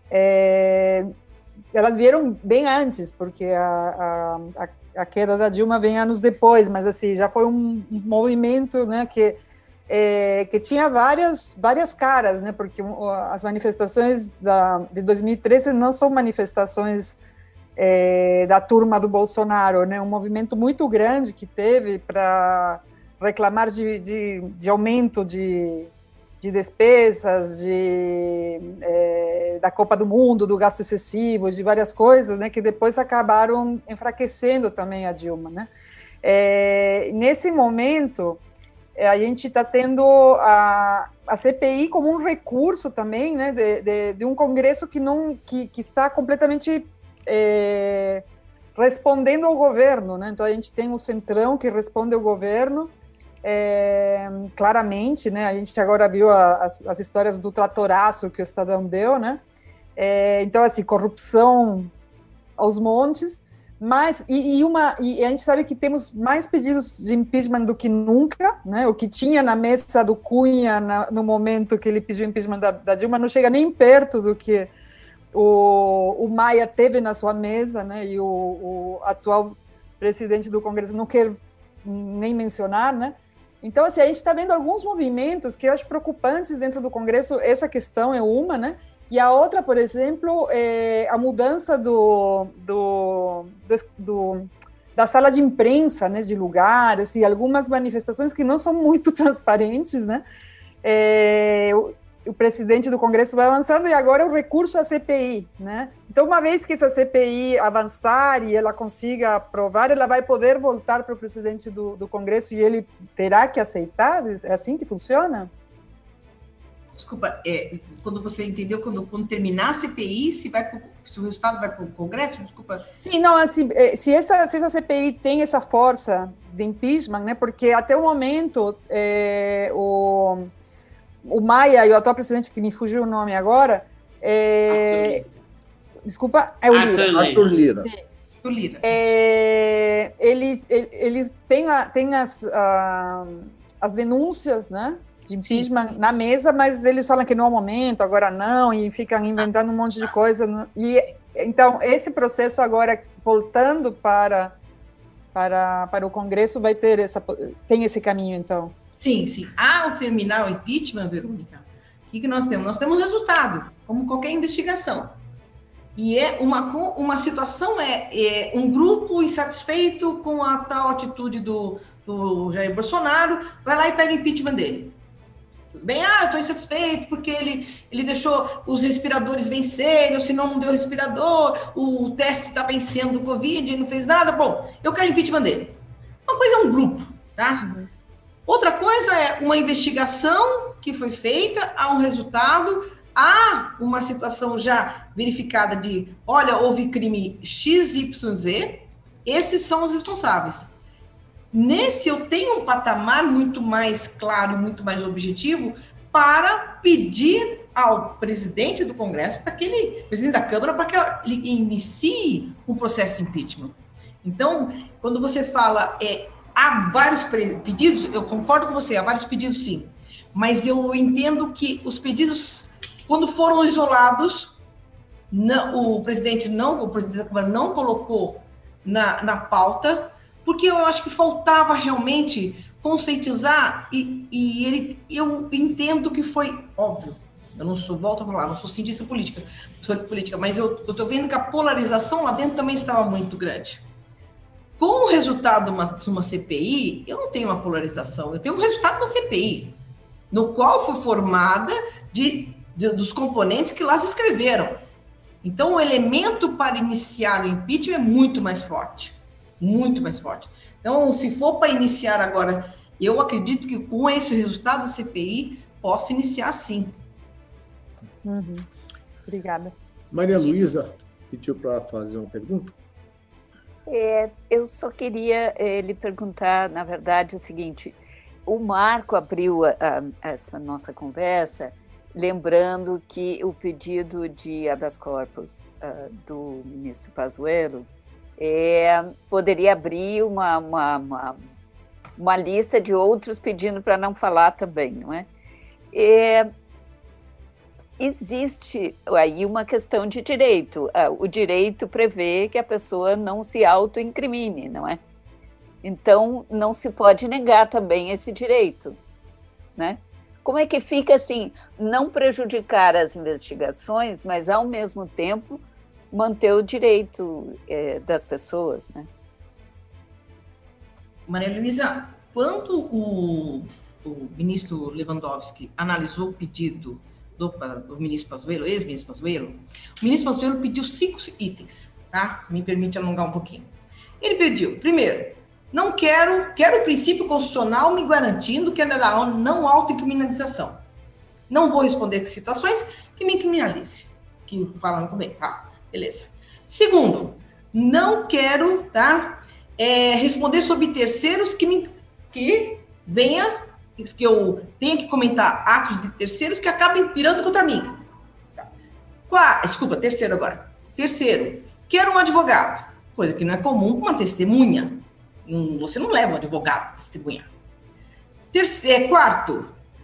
É, elas vieram bem antes, porque a, a, a queda da Dilma vem anos depois, mas assim, já foi um movimento, né, que, é, que tinha várias, várias caras, né, porque as manifestações da, de dois mil e treze não são manifestações é, da turma do Bolsonaro, né, um movimento muito grande que teve para reclamar de, de, de aumento de de despesas, de, é, da Copa do Mundo, do gasto excessivo, de várias coisas, né, que depois acabaram enfraquecendo também a Dilma, né. É, nesse momento, é, a gente está tendo a, a C P I como um recurso também, né, de, de, de um Congresso que, não, que, que está completamente é, respondendo ao governo, né, então a gente tem o Centrão que responde ao governo, É, claramente, né? A gente agora viu a, as, as histórias do tratoraço que o Estadão deu, né? É, então, assim, corrupção aos montes, mas e, e uma e a gente sabe que temos mais pedidos de impeachment do que nunca, né? O que tinha na mesa do Cunha na, no momento que ele pediu impeachment da, da Dilma não chega nem perto do que o, o Maia teve na sua mesa, né? E o, o atual presidente do Congresso não quer nem mencionar, né? Então, assim, a gente está vendo alguns movimentos que eu acho preocupantes dentro do Congresso. Essa questão é uma, né? E a outra, por exemplo, é a mudança do, do, do, do, da sala de imprensa, né, de lugar, assim, algumas manifestações que não são muito transparentes, né? É, o, o presidente do Congresso vai avançando e agora é o recurso à C P I, né? Então, uma vez que essa C P I avançar e ela consiga aprovar, ela vai poder voltar para o presidente do, do Congresso e ele terá que aceitar? É assim que funciona? Desculpa, é, quando você entendeu, quando, quando terminar a C P I, se, vai pro, se o resultado vai para o Congresso, desculpa. Sim, não, assim, se, essa, se essa C P I tem essa força de impeachment, né, porque até o momento é, o, o Maia e o atual presidente, que me fugiu o nome agora, é, desculpa, é o Lira. Arthur Lira. Arthur Lira. É, eles, eles têm, a, têm as, a, as denúncias, né, de impeachment sim, sim. na mesa, mas eles falam que não é o momento, agora não, e ficam inventando um monte de coisa. E, então, esse processo agora, voltando para, para, para o Congresso, vai ter essa, tem esse caminho, então? Sim, sim. Ao terminar o impeachment, Verônica, o que, que nós temos? Nós temos resultado, como qualquer investigação. E é uma, uma situação, é, é um grupo insatisfeito com a tal atitude do, do Jair Bolsonaro, vai lá e pega o impeachment dele. Bem, ah, estou insatisfeito porque ele, ele deixou os respiradores vencerem, ou se não, não deu respirador, o teste está vencendo o Covid e não fez nada. Bom, eu quero impeachment dele. Uma coisa é um grupo, tá? Uhum. Outra coisa é uma investigação que foi feita, há um resultado, há uma situação já verificada de, olha, houve crime X Y Z, esses são os responsáveis. Nesse, eu tenho um patamar muito mais claro, muito mais objetivo, para pedir ao presidente do Congresso, para que ele, presidente da Câmara, para que ele inicie um processo de impeachment. Então, quando você fala, é, há vários pedidos, eu concordo com você, há vários pedidos sim, mas eu entendo que os pedidos, quando foram isolados, não, o presidente não, o presidente da Câmara não colocou na, na pauta, porque eu acho que faltava realmente conscientizar e, e ele, eu entendo que foi óbvio. Eu não sou, volto a falar, não sou cientista política, sou política, mas eu estou vendo que a polarização lá dentro também estava muito grande. Com o resultado de uma, de uma C P I, eu não tenho uma polarização, eu tenho o resultado de uma C P I, no qual foi formada de, de, dos componentes que lá se escreveram. Então, o elemento para iniciar o impeachment é muito mais forte. Muito mais forte. Então, se for para iniciar agora, eu acredito que com esse resultado da C P I, posso iniciar sim. Uhum. Obrigada. Maria Luísa pediu para fazer uma pergunta. É, eu só queria é, lhe perguntar, na verdade, o seguinte: o Marco abriu a, a, essa nossa conversa lembrando que o pedido de habeas corpus uh, do ministro Pazuello é, poderia abrir uma, uma, uma, uma lista de outros pedindo para não falar também, não é? é Existe aí uma questão de direito. O direito prevê que a pessoa não se autoincrimine, não é? Então, não se pode negar também esse direito, né? Como é que fica assim, não prejudicar as investigações, mas, ao mesmo tempo, manter o direito é, das pessoas, né? Maria Luísa, quando o, o ministro Lewandowski analisou o pedido Do, do ministro Pazuello, ex-ministro Pazuello, o ministro Pazuello pediu cinco itens, tá? Se me permite alongar um pouquinho. Ele pediu, primeiro, não quero, quero o princípio constitucional me garantindo que a não autocriminalização. Não vou responder citações que me criminalize, que falam muito bem, tá? Beleza. Segundo, não quero, tá? É, responder sobre terceiros que me, que venha que eu tenha que comentar atos de terceiros que acabem virando contra mim. Tá. Quarto, desculpa, terceiro agora. Terceiro, quero um advogado, coisa que não é comum com uma testemunha. Você não leva um advogado para testemunhar. Terceiro, quarto,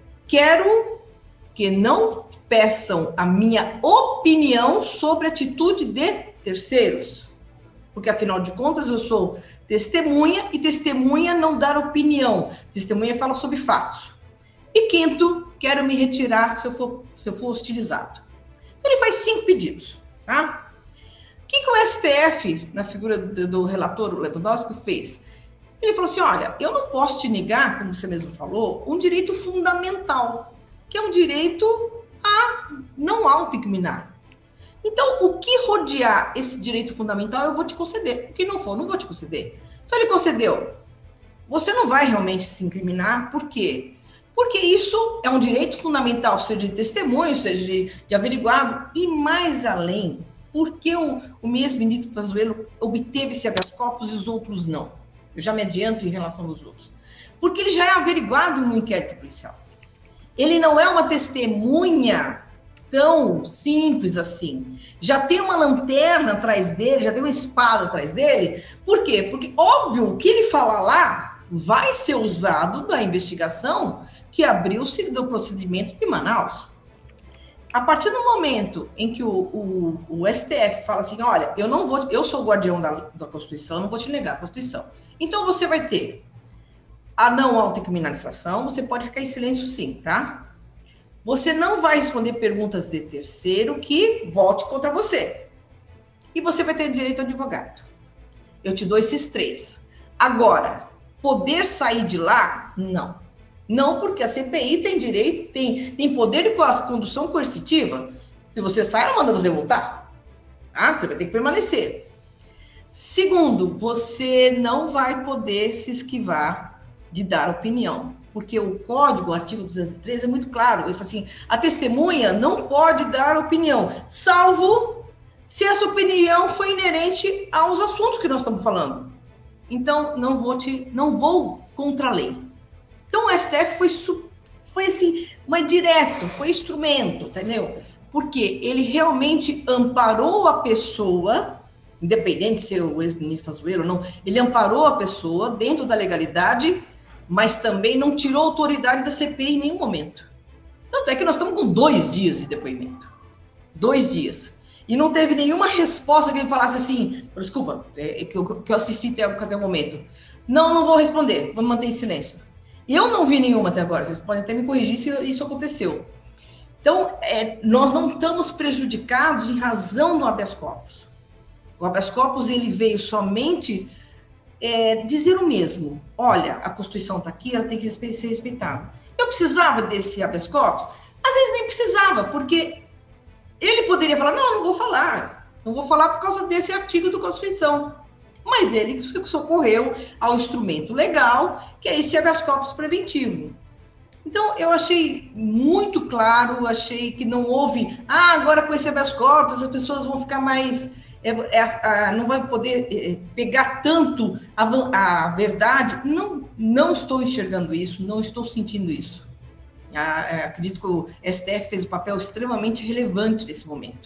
quero que não peçam a minha opinião sobre a atitude de terceiros. Porque, afinal de contas, eu sou testemunha, e testemunha não dá opinião. Testemunha fala sobre fatos. E quinto, quero me retirar se eu for, se eu for hostilizado. Então, ele faz cinco pedidos, tá? O que, que o S T F, na figura do, do relator Lewandowski, fez? Ele falou assim, olha, eu não posso te negar, como você mesmo falou, um direito fundamental, que é um direito a não autoincriminar. Então, o que rodear esse direito fundamental, eu vou te conceder. O que não for, não vou te conceder. Então, ele concedeu. Você não vai realmente se incriminar, por quê? Porque isso é um direito fundamental, seja de testemunho, seja de, de averiguado, e mais além, porque o, o mesmo ministro Pazuello obteve esse habeas corpus e os outros não. Eu já me adianto em relação aos outros. Porque ele já é averiguado no inquérito policial. Ele não é uma testemunha tão simples assim. Já tem uma lanterna atrás dele, já tem uma espada atrás dele. Por quê? Porque, óbvio, o que ele falar lá vai ser usado na investigação que abriu-se do procedimento de Manaus. A partir do momento em que o, o, o S T F fala assim, olha, eu não vou, eu sou o guardião da, da Constituição, não vou te negar a Constituição. Então, você vai ter a não autocriminalização, você pode ficar em silêncio sim, tá? Você não vai responder perguntas de terceiro que volte contra você. E você vai ter direito ao advogado. Eu te dou esses três. Agora, poder sair de lá? Não. Não, porque a C P I tem direito, tem, tem poder de condução coercitiva. Se você sai, ela manda você voltar. Ah, você vai ter que permanecer. Segundo, você não vai poder se esquivar de dar opinião. Porque o código, o artigo duzentos e treze, é muito claro. Ele fala assim, a testemunha não pode dar opinião, salvo se essa opinião foi inerente aos assuntos que nós estamos falando. Então, não vou, te, não vou contra a lei. Então, o S T F foi, foi assim, mas direto, foi instrumento, entendeu? Porque ele realmente amparou a pessoa, independente de ser o ex-ministro Pazuello ou não, ele amparou a pessoa dentro da legalidade, mas também não tirou a autoridade da C P I em nenhum momento. Tanto é que nós estamos com dois dias de depoimento. Dois dias. E não teve nenhuma resposta que ele falasse assim, desculpa, é, que, eu, que eu assisti até, até o momento. Não, não vou responder, vou manter em silêncio. Eu não vi nenhuma até agora, vocês podem até me corrigir se isso aconteceu. Então, é, nós não estamos prejudicados em razão do habeas corpus. O habeas corpus, ele veio somente é, dizer o mesmo. Olha, a Constituição está aqui, ela tem que ser respeitada. Eu precisava desse habeas corpus? Às vezes nem precisava, porque ele poderia falar, não, não vou falar. Não vou falar por causa desse artigo da Constituição. Mas ele socorreu ao instrumento legal, que é esse habeas corpus preventivo. Então, eu achei muito claro, achei que não houve, ah, agora com esse habeas corpus as pessoas vão ficar mais, é, é, não vai poder é, pegar tanto a, a verdade. Não, não estou enxergando isso, não estou sentindo isso. Ah, é, acredito que o S T F fez um papel extremamente relevante nesse momento.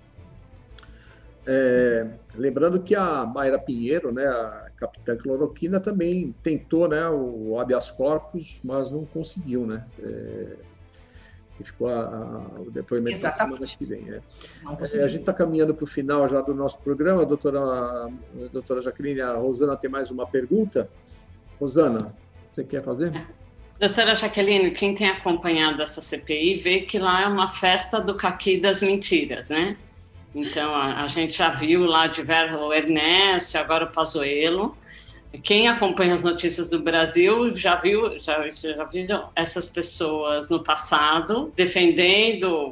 É, lembrando que a Mayra Pinheiro, né, a capitã cloroquina, também tentou, né, o habeas corpus, mas não conseguiu, né? É, e ficou a, a, o depoimento da semana que vem. É. É, a gente está caminhando para o final já do nosso programa. A doutora, a doutora Jaqueline, a Rosana tem mais uma pergunta. Rosana, você quer fazer? Doutora Jaqueline, quem tem acompanhado essa C P I vê que lá é uma festa do caqui das mentiras, né? Então, a, a gente já viu lá diversos, o Ernesto, agora o Pazuello. Quem acompanha as notícias do Brasil já viu, já, já viram essas pessoas no passado defendendo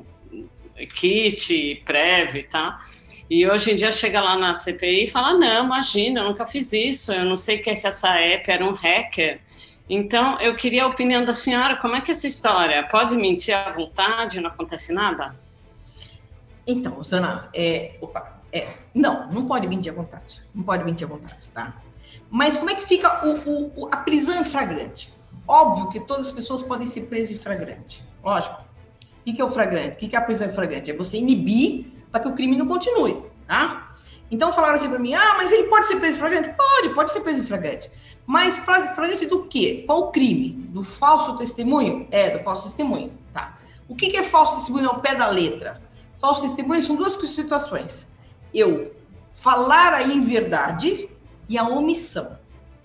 kit, Prev, tá? E hoje em dia chega lá na C P I e fala, não, imagina, eu nunca fiz isso, eu não sei o que é que essa app era um hacker. Então, eu queria a opinião da senhora, como é que é essa história? Pode mentir à vontade, não acontece nada? Então, Rosana, é, opa, é, não, não pode mentir à vontade, não pode mentir à vontade, tá? Mas como é que fica o, o, a prisão em flagrante? Óbvio que todas as pessoas podem ser presas em flagrante, lógico. O que é o flagrante? O que é a prisão em flagrante? É você inibir para que o crime não continue, tá? Então falaram assim para mim, ah, mas ele pode ser preso em flagrante? Pode, pode ser preso em flagrante. Mas flagrante do quê? Qual o crime? Do falso testemunho? É, do falso testemunho, tá? O que é falso testemunho ao pé da letra? Falso testemunho são duas situações. Eu falar a inverdade e a omissão.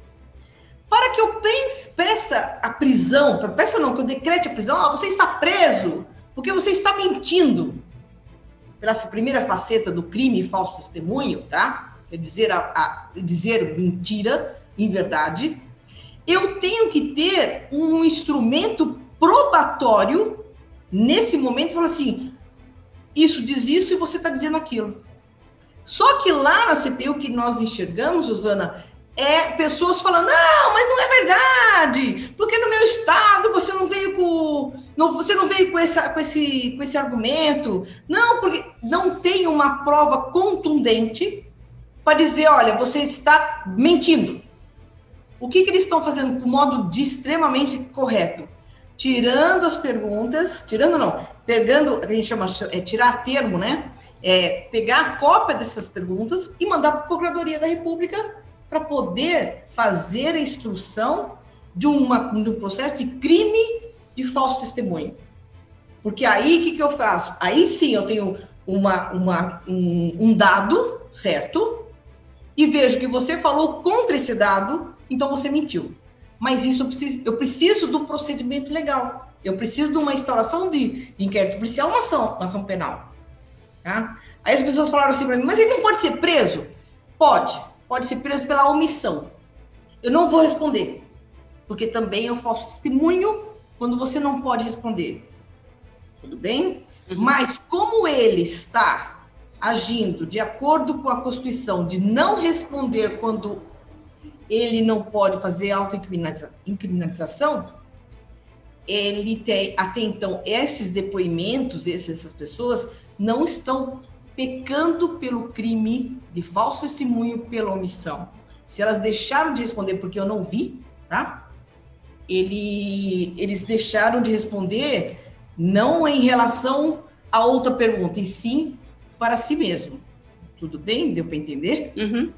Para que eu peça a prisão, peça não, que eu decrete a prisão, ah, você está preso porque você está mentindo. Pela primeira faceta do crime falso testemunho, tá? É dizer, a, a, dizer mentira, inverdade. Eu tenho que ter um instrumento probatório nesse momento, falar assim, isso diz isso e você está dizendo aquilo. Só que lá na C P I, o que nós enxergamos, Rosana, é pessoas falando, não, mas não é verdade, porque no meu estado você não veio com, não, você não veio com, essa, com, esse, com esse argumento, não, porque não tem uma prova contundente para dizer, olha, você está mentindo. O que, que eles estão fazendo com modo de extremamente correto? Tirando as perguntas, tirando não, pegando, a gente chama, é tirar termo, né? É, pegar a cópia dessas perguntas e mandar para a Procuradoria da República para poder fazer a instrução de, uma, de um processo de crime de falso testemunho. Porque aí, o que, que eu faço? Aí sim eu tenho uma, uma, um, um dado, certo? E vejo que você falou contra esse dado, então você mentiu. Mas isso eu preciso, eu preciso do procedimento legal. Eu preciso de uma instauração de, de inquérito policial, uma ação, uma ação penal. Tá? Aí as pessoas falaram assim para mim, mas ele não pode ser preso? Pode, pode ser preso pela omissão. Eu não vou responder, porque também é um falso testemunho quando você não pode responder. Tudo bem? Uhum. Mas como ele está agindo de acordo com a Constituição de não responder quando ele não pode fazer autoincriminalização, ele tem, até então, esses depoimentos, essas pessoas não estão pecando pelo crime de falso testemunho pela omissão. Se elas deixaram de responder porque eu não vi, tá? Ele, eles deixaram de responder não em relação a outra pergunta, e sim para si mesmo. Tudo bem? Deu para entender? Uhum.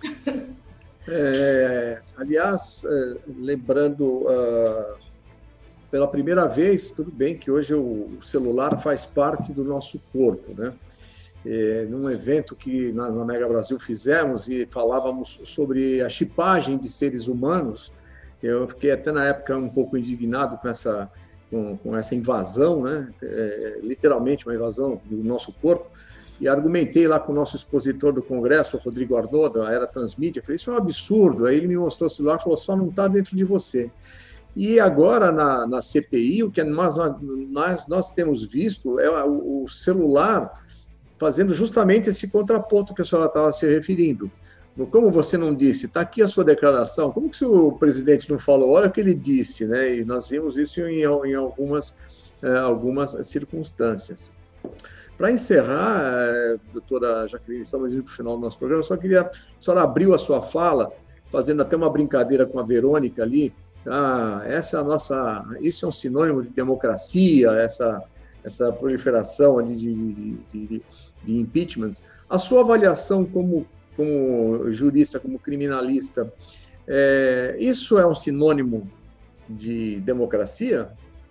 É, aliás, é, lembrando, uh, pela primeira vez, tudo bem que hoje o celular faz parte do nosso corpo, né? É, num evento que na, na Mega Brasil fizemos e falávamos sobre a chipagem de seres humanos, eu fiquei até na época um pouco indignado com essa, com, com essa invasão, né? É, literalmente uma invasão do nosso corpo. E argumentei lá com o nosso expositor do Congresso, o Rodrigo Arnaud, da Era Transmídia, falei, isso é um absurdo. Aí ele me mostrou o celular e falou, só não está dentro de você. E agora, na, na C P I, o que nós, nós, nós temos visto é o celular fazendo justamente esse contraponto que a senhora estava se referindo. como você não disse, está aqui a sua declaração, como que o presidente não falou? Olha o que ele disse, né? E nós vimos isso em, em algumas, eh, algumas circunstâncias. Para encerrar, eh, doutora Jaqueline, estamos indo para o final do nosso programa, eu só queria, a senhora abriu a sua fala, fazendo até uma brincadeira com a Verônica ali. Ah, essa é a nossa, isso é um sinônimo de democracia, essa, essa proliferação de, de, de, de impeachments. A sua avaliação como, como jurista, como criminalista, é, isso é um sinônimo de democracia?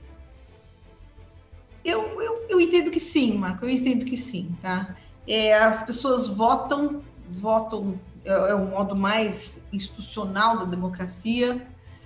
Eu, eu, eu entendo que sim, Marco, eu entendo que sim, tá? É, as pessoas votam, votam, é, é o modo mais institucional da democracia,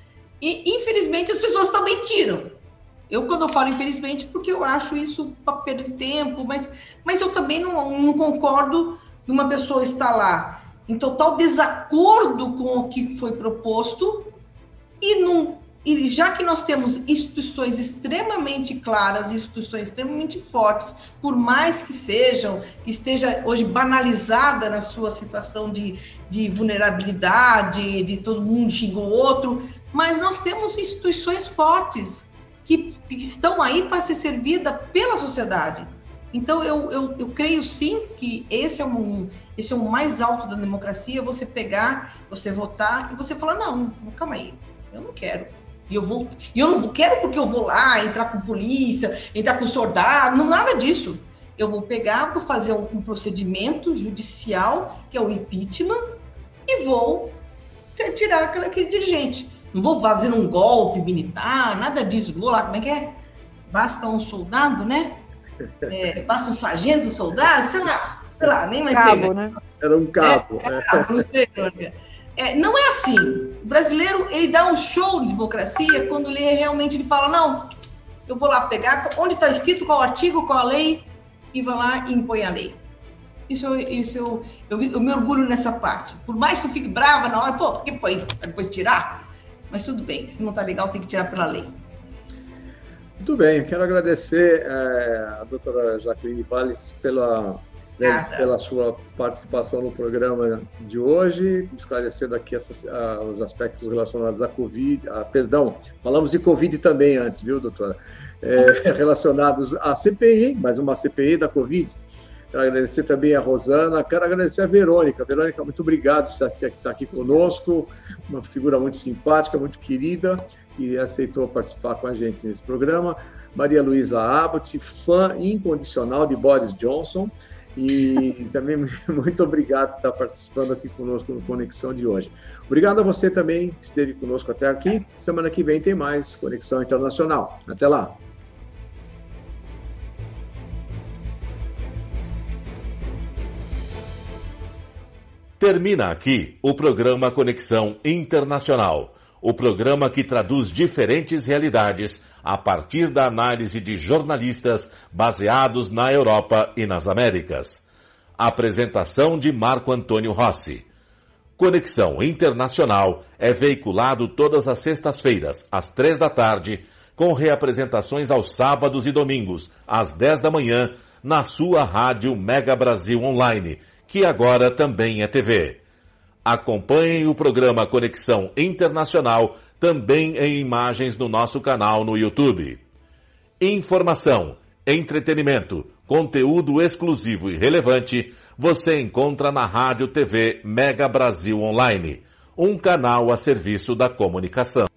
e infelizmente as pessoas também tiram. Eu, quando eu falo infelizmente, porque eu acho isso para perder tempo, mas, mas eu também não, não concordo de uma pessoa estar lá em total desacordo com o que foi proposto e, não, e já que nós temos instituições extremamente claras, instituições extremamente fortes, por mais que sejam, que esteja hoje banalizada na sua situação de, de vulnerabilidade, de todo mundo xinga o outro, mas nós temos instituições fortes que, que estão aí para ser servida pela sociedade. Então, eu, eu, eu creio sim que esse é, um, esse é o mais alto da democracia, você pegar, você votar e você falar, não, calma aí, eu não quero. E eu, vou, e eu não quero porque eu vou lá entrar com polícia, entrar com soldado, não, nada disso. Eu vou pegar, vou fazer um, um procedimento judicial, que é o impeachment, e vou tirar aquele, aquele dirigente. Não vou fazer um golpe militar, nada disso. Vou lá, como é que é? Basta um soldado, né? É, basta um sargento, um soldado, sei lá, sei lá, nem mais cabo, sei. Né? Era um cabo. É, cabo não, sei, é, não é assim. O brasileiro, ele dá um show de democracia quando ele realmente ele fala, não, eu vou lá pegar, onde está escrito, qual artigo, qual a lei, e vai lá e impõe a lei. Isso, isso eu, eu, eu me orgulho nessa parte. Por mais que eu fique brava na hora, pô, por que põe? Depois tirar? Mas tudo bem, se não está legal, tem que tirar pela lei. Muito bem, eu quero agradecer é, a doutora Jaqueline Valles pela, né, pela sua participação no programa de hoje, esclarecendo aqui essas, uh, os aspectos relacionados à Covid, uh, perdão, falamos de Covid também antes, viu, doutora? É, relacionados à C P I, mais uma C P I da Covid. Quero agradecer também a Rosana, quero agradecer a Verônica. Verônica, muito obrigado por estar aqui conosco, uma figura muito simpática, muito querida, e aceitou participar com a gente nesse programa. Maria Luísa Abbott, fã incondicional de Boris Johnson, e também muito obrigado por estar participando aqui conosco no Conexão de hoje. Obrigado a você também que esteve conosco até aqui. Semana que vem tem mais Conexão Internacional. Até lá! Termina aqui o programa Conexão Internacional, o programa que traduz diferentes realidades a partir da análise de jornalistas baseados na Europa e nas Américas. Apresentação de Marco Antônio Rossi. Conexão Internacional é veiculado todas as sextas-feiras, às três da tarde, com reapresentações aos sábados e domingos, às dez da manhã, na sua rádio Mega Brasil Online, que agora também é T V. Acompanhem o programa Conexão Internacional também em imagens no nosso canal no YouTube. Informação, entretenimento, conteúdo exclusivo e relevante você encontra na Rádio T V Mega Brasil Online, um canal a serviço da comunicação.